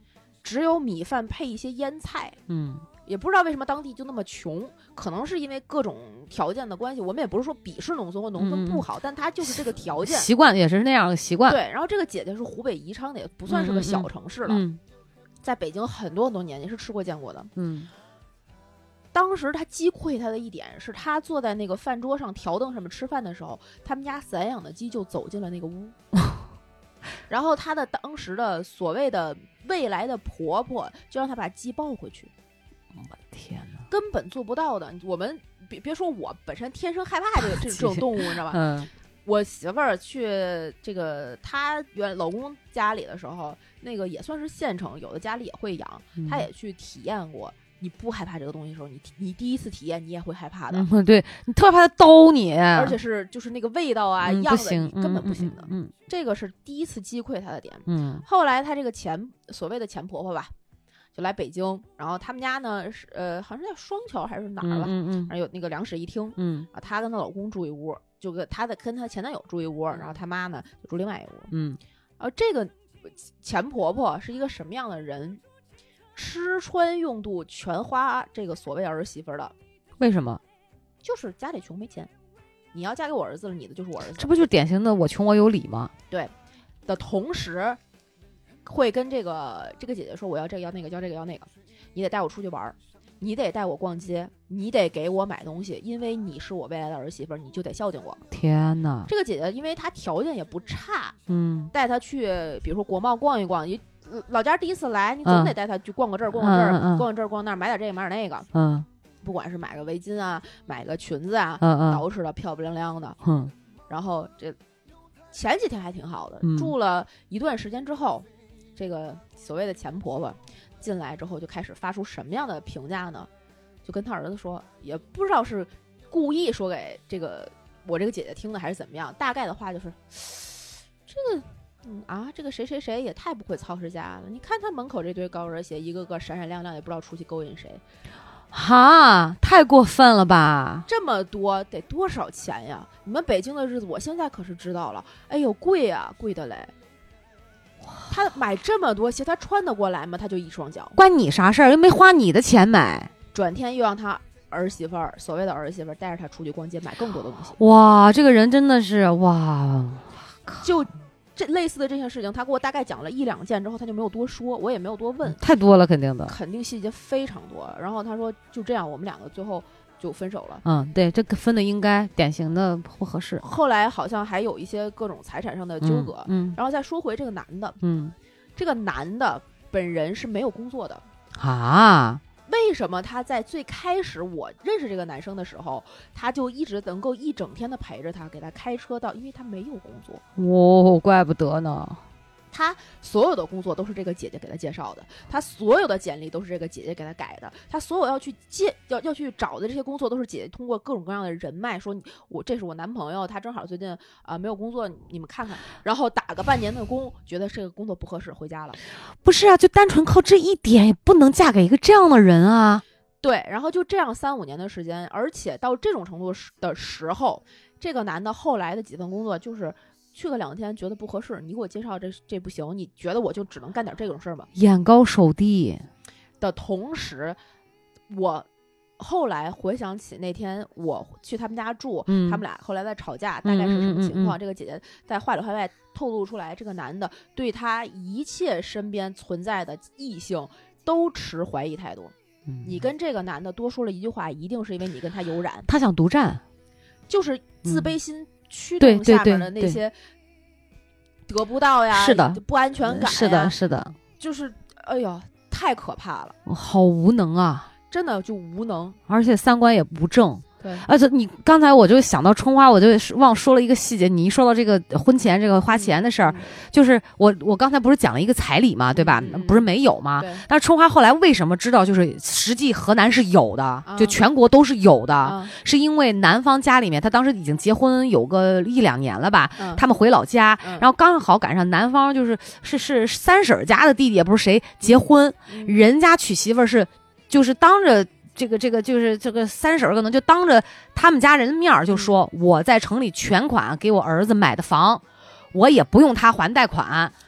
只有米饭配一些腌菜。也不知道为什么当地就那么穷，可能是因为各种条件的关系。我们也不是说鄙视农村或农村不好，但它就是这个条件， 习惯也是那样的习惯。 对，然后这个姐姐是湖北宜昌的，也不算是个小城市了，在北京很多很多年，也是吃过见过的。当时他击溃他的一点是，他坐在那个饭桌上条凳上面吃饭的时候，他们家散养的鸡就走进了那个屋。然后他的当时的所谓的未来的婆婆就让他把鸡抱回去。 我的天哪， 根本做不到的。我们别说我本身天生害怕这种动物，你知道吧？我媳妇儿去这个她老公家里的时候，那个也算是县城，有的家里也会养，她也去体验过。你不害怕这个东西的时候，你第一次体验你也会害怕的。 对，你特别怕它叨你， 而且是就是那个味道啊，样子你根本不行的。这个是第一次击溃她的点。后来她这个所谓的前婆婆吧。就来北京，然后他们家呢是好像在双桥还是哪儿吧，然后有那个两室一厅，啊，她跟她老公住一屋，就跟她前男友住一屋，然后她妈呢就住另外一屋，这个前婆婆是一个什么样的人？吃穿用度全花这个所谓儿媳妇的， 为什么？ 就是家里穷没钱，你要嫁给我儿子了，你的就是我儿子， 这不就典型的我穷我有理吗？ 对的同时。会跟这个姐姐说，我要这个要那个要这个要那个，你得带我出去玩，你得带我逛街，你得给我买东西，因为你是我未来的儿媳妇，你就得孝敬我。 天哪！ 这个姐姐因为她条件也不差，带她去比如说国贸逛一逛，你老家第一次来，你总得带她去逛个这儿逛个这儿，逛个这儿逛那儿，买点这个买点那个，不管是买个围巾啊，买个裙子啊，捯饬的漂漂亮亮的，然后这前几天还挺好的，住了一段时间之后。这个所谓的前婆婆进来之后就开始发出什么样的评价呢？就跟他儿子说，也不知道是故意说给我这个姐姐听的还是怎么样，大概的话就是这个这个谁谁谁也太不会操持家了，你看他门口这堆高跟鞋一个个闪闪亮亮，也不知道出去勾引谁。 哈，太过分了吧！ 这么多得多少钱呀？你们北京的日子我现在可是知道了，哎呦贵啊，贵的嘞。他买这么多鞋，他穿得过来吗？他就一双脚， 关你啥事儿？又没花你的钱买。 转天又让他儿媳妇儿，所谓的儿媳妇儿，带着他出去逛街，买更多的东西。 哇，这个人真的是哇！ 就这类似的这些事情，他给我大概讲了一两件之后，他就没有多说，我也没有多问。 太多了，肯定的， 肯定细节非常多。然后他说就这样，我们两个最后就分手了。 对，这个分的应该典型的不合适。 后来好像还有一些各种财产上的纠葛。然后再说回这个男的，这个男的本人是没有工作的啊。 为什么他在最开始我认识这个男生的时候，他就一直能够一整天的陪着他，给他开车到，因为他没有工作。 怪不得呢。 他所有的工作都是这个姐姐给他介绍的，他所有的简历都是这个姐姐给他改的，他所有要去去找的这些工作都是姐姐通过各种各样的人脉说，这是我男朋友，他正好最近没有工作，你们看看，然后打个半年的工，觉得这个工作不合适，回家了。 不是啊，就单纯靠这一点也不能嫁给一个这样的人啊。 对，然后就这样3-5年的时间，而且到这种程度的时候，这个男的后来的几份工作就是去个2天觉得不合适，你给我介绍这不行，你觉得我就只能干点这种事儿吗？ 眼高手低的同时，我后来回想起那天我去他们家住，他们俩后来在吵架，大概是什么情况？这个姐姐在话里话外透露出来，这个男的对他一切身边存在的异性都持怀疑态度。你跟这个男的多说了一句话，一定是因为你跟他有染， 他想独占， 就是自卑心驱动下面的那些得不到呀， 是的， 不安全感， 是的， 就是哎呦，太可怕了， 好无能啊， 真的就无能， 而且三观也不正。 对， 而且你刚才我就想到春花，我就忘说了一个细节。你一说到这个婚前这个花钱的事儿，就是我刚才不是讲了一个彩礼嘛，对吧？不是没有吗？但是春花后来为什么知道，就是实际河南是有的，就全国都是有的，是因为男方家里面他当时已经结婚有个1-2年了吧，他们回老家，然后刚好赶上男方是三婶家的弟弟也不是谁结婚，人家娶媳妇是就是当着。这个就是这个三婶可能就当着他们家人的面就说，我在城里全款给我儿子买的房，我也不用他还贷款，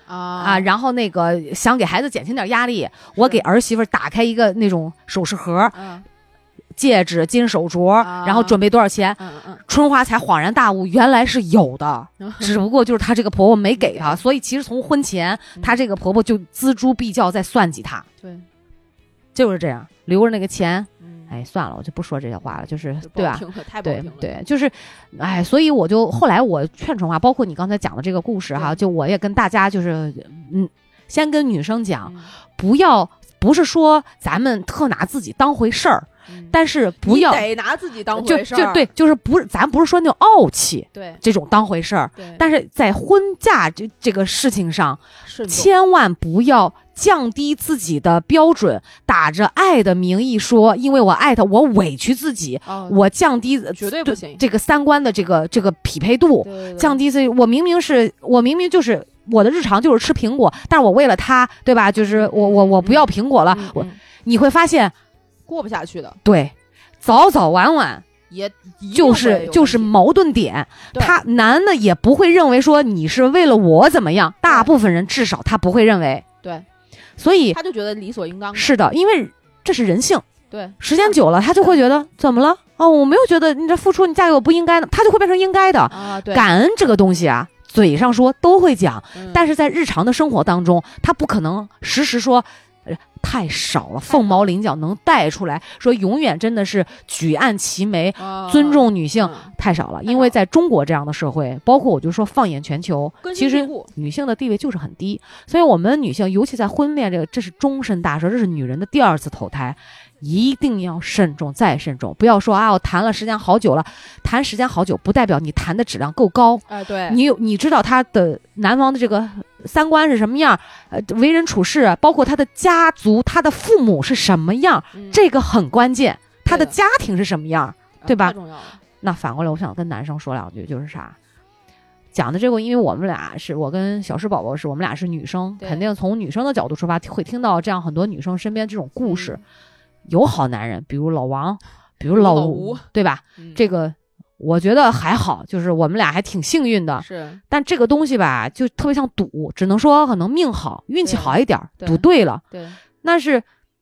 然后那个想给孩子减轻点压力，我给儿媳妇打开一个那种首饰盒，戒指、金手镯，然后准备多少钱。春花才恍然大悟，原来是有的，只不过就是她这个婆婆没给她，所以其实从婚前她这个婆婆就锱铢必较，在算计她。 对， 就是这样，留着那个钱。哎，算了，我就不说这些话了，就是对吧？对，就是，哎，所以我就后来我劝春花，包括你刚才讲的这个故事哈，就我也跟大家就是，先跟女生讲，不是说咱们特拿自己当回事儿，但是不要得拿自己当回事儿， 对，就是咱不是说那种傲气， 对这种当回事儿，但是在婚嫁这个事情上，千万不要降低自己的标准，打着爱的名义说，因为我爱他，我委屈自己，我降低绝对不行这个三观的这个匹配度，降低自己。我明明就是我的日常就是吃苹果，但是我为了他，对吧？就是我不要苹果了，你会发现过不下去的。 对，早早晚晚也就是矛盾点，他男的也不会认为说你是为了我怎么样，大部分人至少他不会认为。 对。 所以他就觉得理所应当的。 是的，因为这是人性。 对， 时间久了，他就会觉得怎么了？我没有觉得你这付出，你嫁给我不应该的，他就会变成应该的。 对， 感恩这个东西啊，嘴上说都会讲，但是在日常的生活当中，他不可能时时说。太少了，凤毛麟角能带出来说永远真的是举案齐眉，尊重女性太少了。因为在中国这样的社会，包括我就说放眼全球，其实女性的地位就是很低。所以我们女性尤其在婚恋这是终身大事，这是女人的第二次投胎，一定要慎重再慎重。不要说我谈了时间好久了，谈时间好久不代表你谈的质量够高。 对， 你知道他的男方的这个三观是什么样，为人处事，包括他的家族，他的父母是什么样，这个很关键。他的家庭是什么样，对吧？ 太重要了。 那反过来，我想跟男生说两句，就是啥？讲的这个，因为我跟小诗宝宝我们俩是女生，肯定从女生的角度出发，会听到这样很多女生身边这种故事。有好男人，比如老王，比如老吴，对吧？这个我觉得还好，就是我们俩还挺幸运的。 是， 但这个东西吧，就特别像赌，只能说可能命好，运气好一点，赌对了。 对， 那是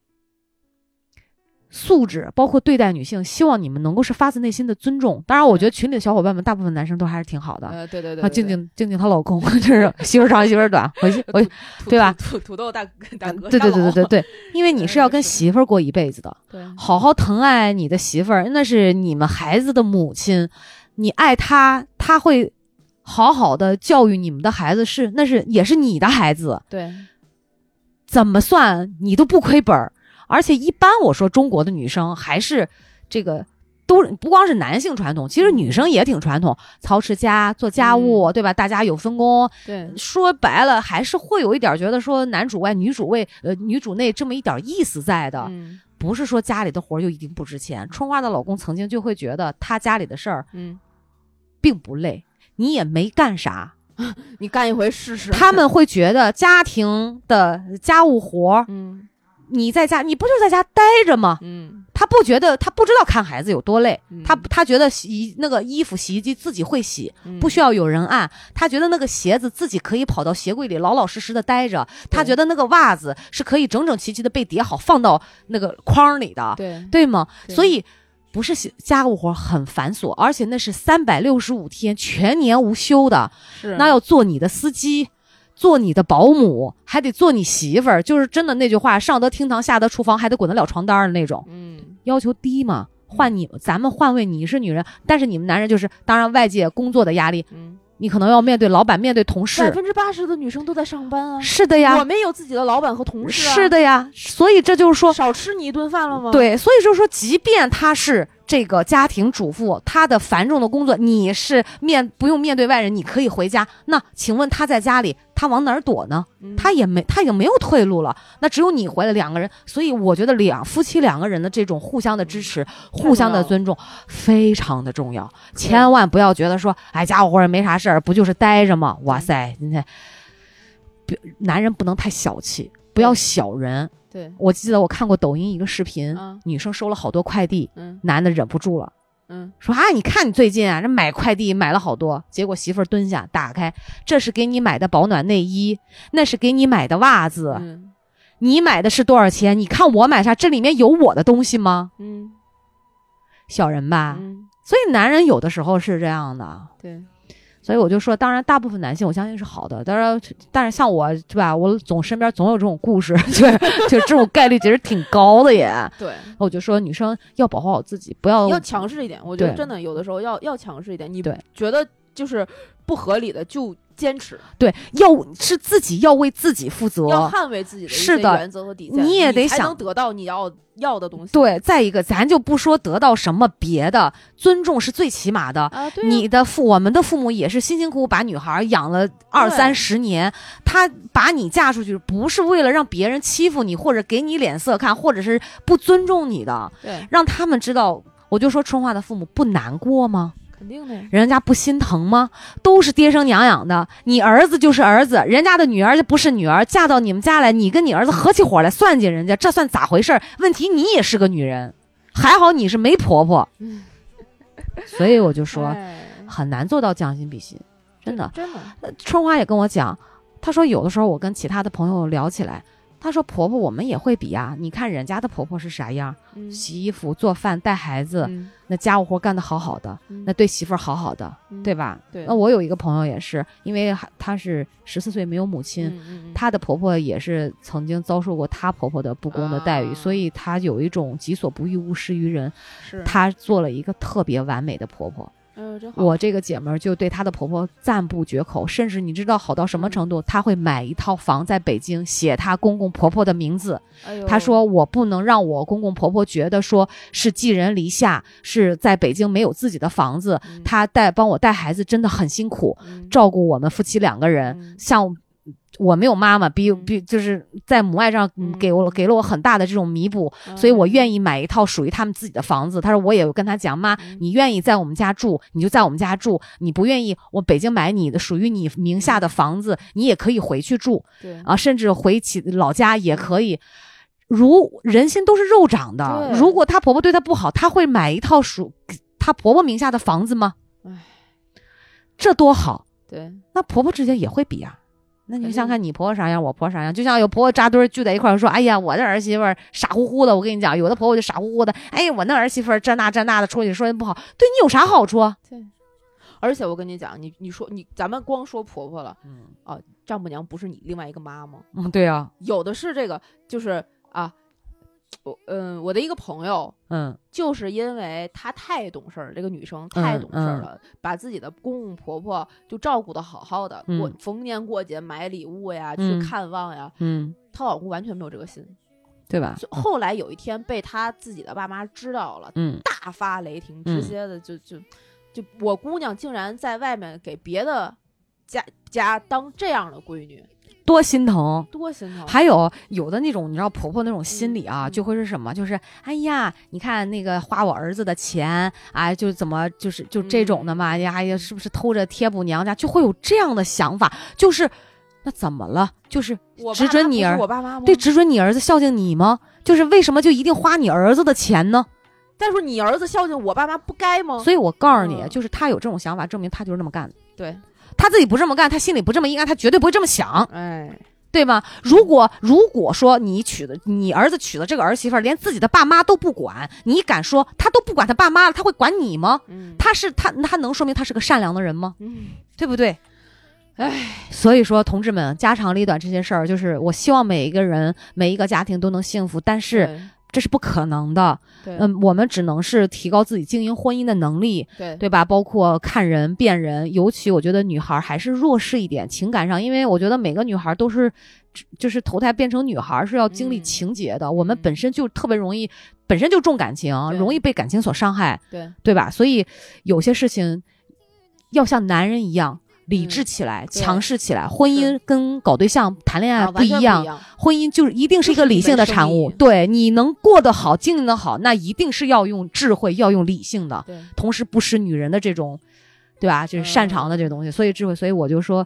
素质，包括对待女性，希望你们能够是发自内心的尊重。当然，我觉得群里的小伙伴们，大部分男生都还是挺好的。 对。 静静她老公就是媳妇长媳妇短，我对吧？ 土豆大哥。 对，因为你是要跟媳妇过一辈子的， 对， 好好疼爱你的媳妇儿，那是你们孩子的母亲，你爱她，她会好好的教育你们的孩子，也是你的孩子。 对， 怎么算你都不亏本儿。而且一般我说中国的女生还是这个都不光是男性传统，其实女生也挺传统，操持家做家务，对吧？大家有分工。 对， 说白了还是会有一点觉得说男主外女主内这么一点意思在的。不是说家里的活就一定不值钱。春花的老公曾经就会觉得他家里的事儿并不累，你也没干啥， 你干一回试试。 他们会觉得家庭的家务活你在家，你不就在家待着吗？他不知道看孩子有多累，他觉得那个衣服洗衣机自己会洗，不需要有人按。他觉得那个鞋子自己可以跑到鞋柜里老老实实的待着，他觉得那个袜子是可以整整齐齐的被叠好放到那个筐里的，对吗？所以不是家务活很繁琐，而且那是365天全年无休的，那要做你的司机，做你的保姆，还得做你媳妇儿，就是真的那句话，上得厅堂下得厨房，还得滚得了床单的那种。要求低嘛，咱们换位，你是女人，但是你们男人就是当然外界工作的压力，你可能要面对老板，面对同事。 80%的女生都在上班啊。 是的呀， 我们有自己的老板和同事啊。 是的呀，所以这就是说少吃你一顿饭了吗？ 对，所以就是说，即便他是这个家庭主妇，他的繁重的工作，你是不用面对外人，你可以回家。那请问他在家里，他往哪儿躲呢？他已经没有退路了。那只有你回来，两个人。所以我觉得夫妻两个人的这种互相的支持、互相的尊重，非常的重要。千万不要觉得说，哎，家务活人没啥事儿，不就是待着吗？哇塞，男人不能太小气，不要小人。 对， 我记得我看过抖音一个视频，女生收了好多快递，男的忍不住了， 说啊，你看你最近啊，这买快递买了好多，结果媳妇儿蹲下打开，这是给你买的保暖内衣，那是给你买的袜子，你买的是多少钱？你看我买啥？这里面有我的东西吗？小人吧。所以男人有的时候是这样的。 对。 所以我就说，当然大部分男性我相信是好的，但是像我是吧，我身边总有这种故事，就这种概率其实挺高的也。 对， 我就说女生要保护好自己，不要强势一点。我觉得真的有的时候要强势一点。你觉得就是不合理的就坚持。对， 是自己要为自己负责， 要捍卫自己的一些原则和底线。 你也得想才能得到你要的东西。 对，再一个，咱就不说得到什么别的，尊重是最起码的。我们的父母也是辛辛苦苦把女孩养了20-30年，他把你嫁出去，不是为了让别人欺负你，或者给你脸色看，或者是不尊重你的。 对， 让他们知道。我就说春花的父母不难过吗？ 肯定的， 人家不心疼吗？都是爹生娘养的，你儿子就是儿子，人家的女儿就不是女儿，嫁到你们家来，你跟你儿子合起伙来算计人家，这算咋回事？问题你也是个女人，还好你是没婆婆。所以我就说很难做到将心比心，真的。春花也跟我讲，她说有的时候我跟其他的朋友聊起来，她说婆婆我们也会比啊，你看人家的婆婆是啥样，洗衣服做饭带孩子，那家务活干得好好的，那对媳妇儿好好的，对吧？ 对。 那我有一个朋友也是，因为她是14岁没有母亲，她的婆婆也是曾经遭受过她婆婆的不公的待遇，所以她有一种己所不欲勿施于人，她做了一个特别完美的婆婆。我这个姐们儿就对她的婆婆赞不绝口，甚至你知道好到什么程度，她会买一套房在北京，写她公公婆婆的名字。她说我不能让我公公婆婆觉得说是寄人篱下，是在北京没有自己的房子，她帮我带孩子真的很辛苦，照顾我们夫妻2个人，像我没有妈妈，就是在母爱上给了我很大的这种弥补，所以我愿意买一套属于他们自己的房子。他说我也跟他讲，妈，你愿意在我们家住你就在我们家住，你不愿意我北京买你的属于你名下的房子，你也可以回去住，甚至回起老家也可以。人心都是肉长的，如果她婆婆对她不好，她会买一套属她婆婆名下的房子吗？这多好。 对， 那婆婆之间也会比啊。那你想看你婆婆啥样，我婆婆啥样？就像有婆婆扎堆聚在一块儿说，哎呀，我这儿媳妇傻乎乎的。我跟你讲，有的婆婆就傻乎乎的，哎，我那儿媳妇这那的，出去说人不好，对你有啥好处？ 对，而且我跟你讲，你说咱们光说婆婆了，丈母娘不是你另外一个妈吗？ 对啊， 有的是这个，就是我的一个朋友，就是因为她太懂事儿，这个女生太懂事了，把自己的公公婆婆就照顾得好好的，我逢年过节买礼物呀，去看望呀，她老公完全没有这个心， 对吧？ 后来有一天被她自己的爸妈知道了，大发雷霆，直接的就我姑娘竟然在外面给别的家当这样的闺女。 多心疼，还有的那种你知道婆婆那种心理啊，就会是什么？就是哎呀，你看那个花我儿子的钱啊，就怎么就这种的嘛？哎呀，是不是偷着贴补娘家？就会有这样的想法，就是那怎么了？就是只准你儿， 我爸妈吗？ 对，只准你儿子孝敬你吗？就是为什么就一定花你儿子的钱呢？ 再说你儿子孝敬我爸妈不该吗？ 所以我告诉你，就是他有这种想法，证明他就是那么干的。 对。 他自己不这么干，他心里不这么应该，他绝对不会这么想，对吗？如果说你儿子娶的这个儿媳妇连自己的爸妈都不管，你敢说他都不管他爸妈了，他会管你吗？他能说明他是个善良的人吗？对不对？所以说同志们，家长里短这些事儿，就是我希望每一个人每一个家庭都能幸福，但是这是不可能的。我们只能是提高自己经营婚姻的能力，对吧？包括看人辨人，尤其我觉得女孩还是弱势一点，情感上，因为我觉得每个女孩都是就是投胎变成女孩是要经历情节的，我们本身就特别容易，本身就重感情，容易被感情所伤害，对吧？所以有些事情要像男人一样理智起来，强势起来。婚姻跟搞对象谈恋爱不一样，婚姻就是一定是一个理性的产物。对，你能过得好，经营得好，那一定是要用智慧，要用理性的，同时不失女人的这种，对吧？就是擅长的这东西。所以智慧，所以我就说，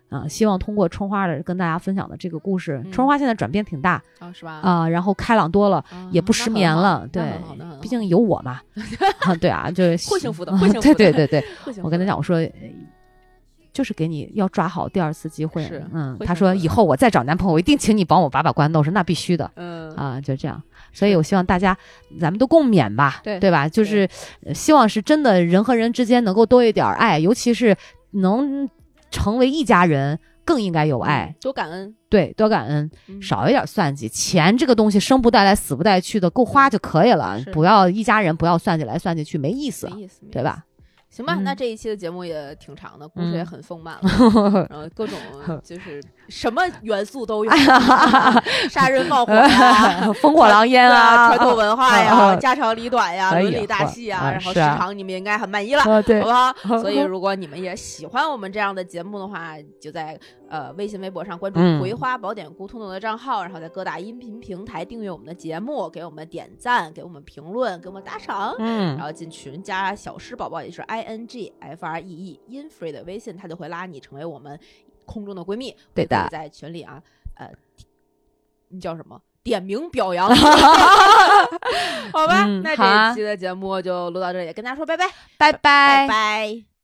希望通过春花的跟大家分享的这个故事，春花现在转变挺大是吧？ 然后开朗多了，也不失眠了，对，毕竟有我嘛，对啊，就是会幸福的，会幸福的， 对，我跟他讲，我说。就是给你要抓好第2次机会，他说以后我再找男朋友，我一定请你帮我把关。我说那必须的，就这样。所以我希望大家咱们都共勉吧，对吧？就是希望是真的人和人之间能够多一点爱，尤其是能成为一家人，更应该有爱， 多感恩， 对，多感恩，少一点算计。钱这个东西生不带来死不带去的，够花就可以了，不要一家人不要算计来算计去，没意思，对吧？ 行吧，那这一期的节目也挺长的，故事也很丰满了，然后各种就是什么元素都有，杀人放火呀， 烽火狼烟啊， 传统文化呀，家长里短呀，伦理大戏啊，然后时长你们应该很满意了， 对， 好不好？所以如果你们也喜欢我们这样的节目的话，就在微信微博上关注葵花宝典故通通的账号，然后在各大音频平台订阅我们的节目，给我们点赞，给我们评论，给我们打赏，然后进群加小诗宝宝，也是INGFREE InFree 的微信，他就会拉你成为我们空中的闺蜜。 对的， 在群里啊，你叫什么？点名表扬，好吧？那这一期的节目就录到这里，跟大家说拜拜， 拜拜， 拜拜。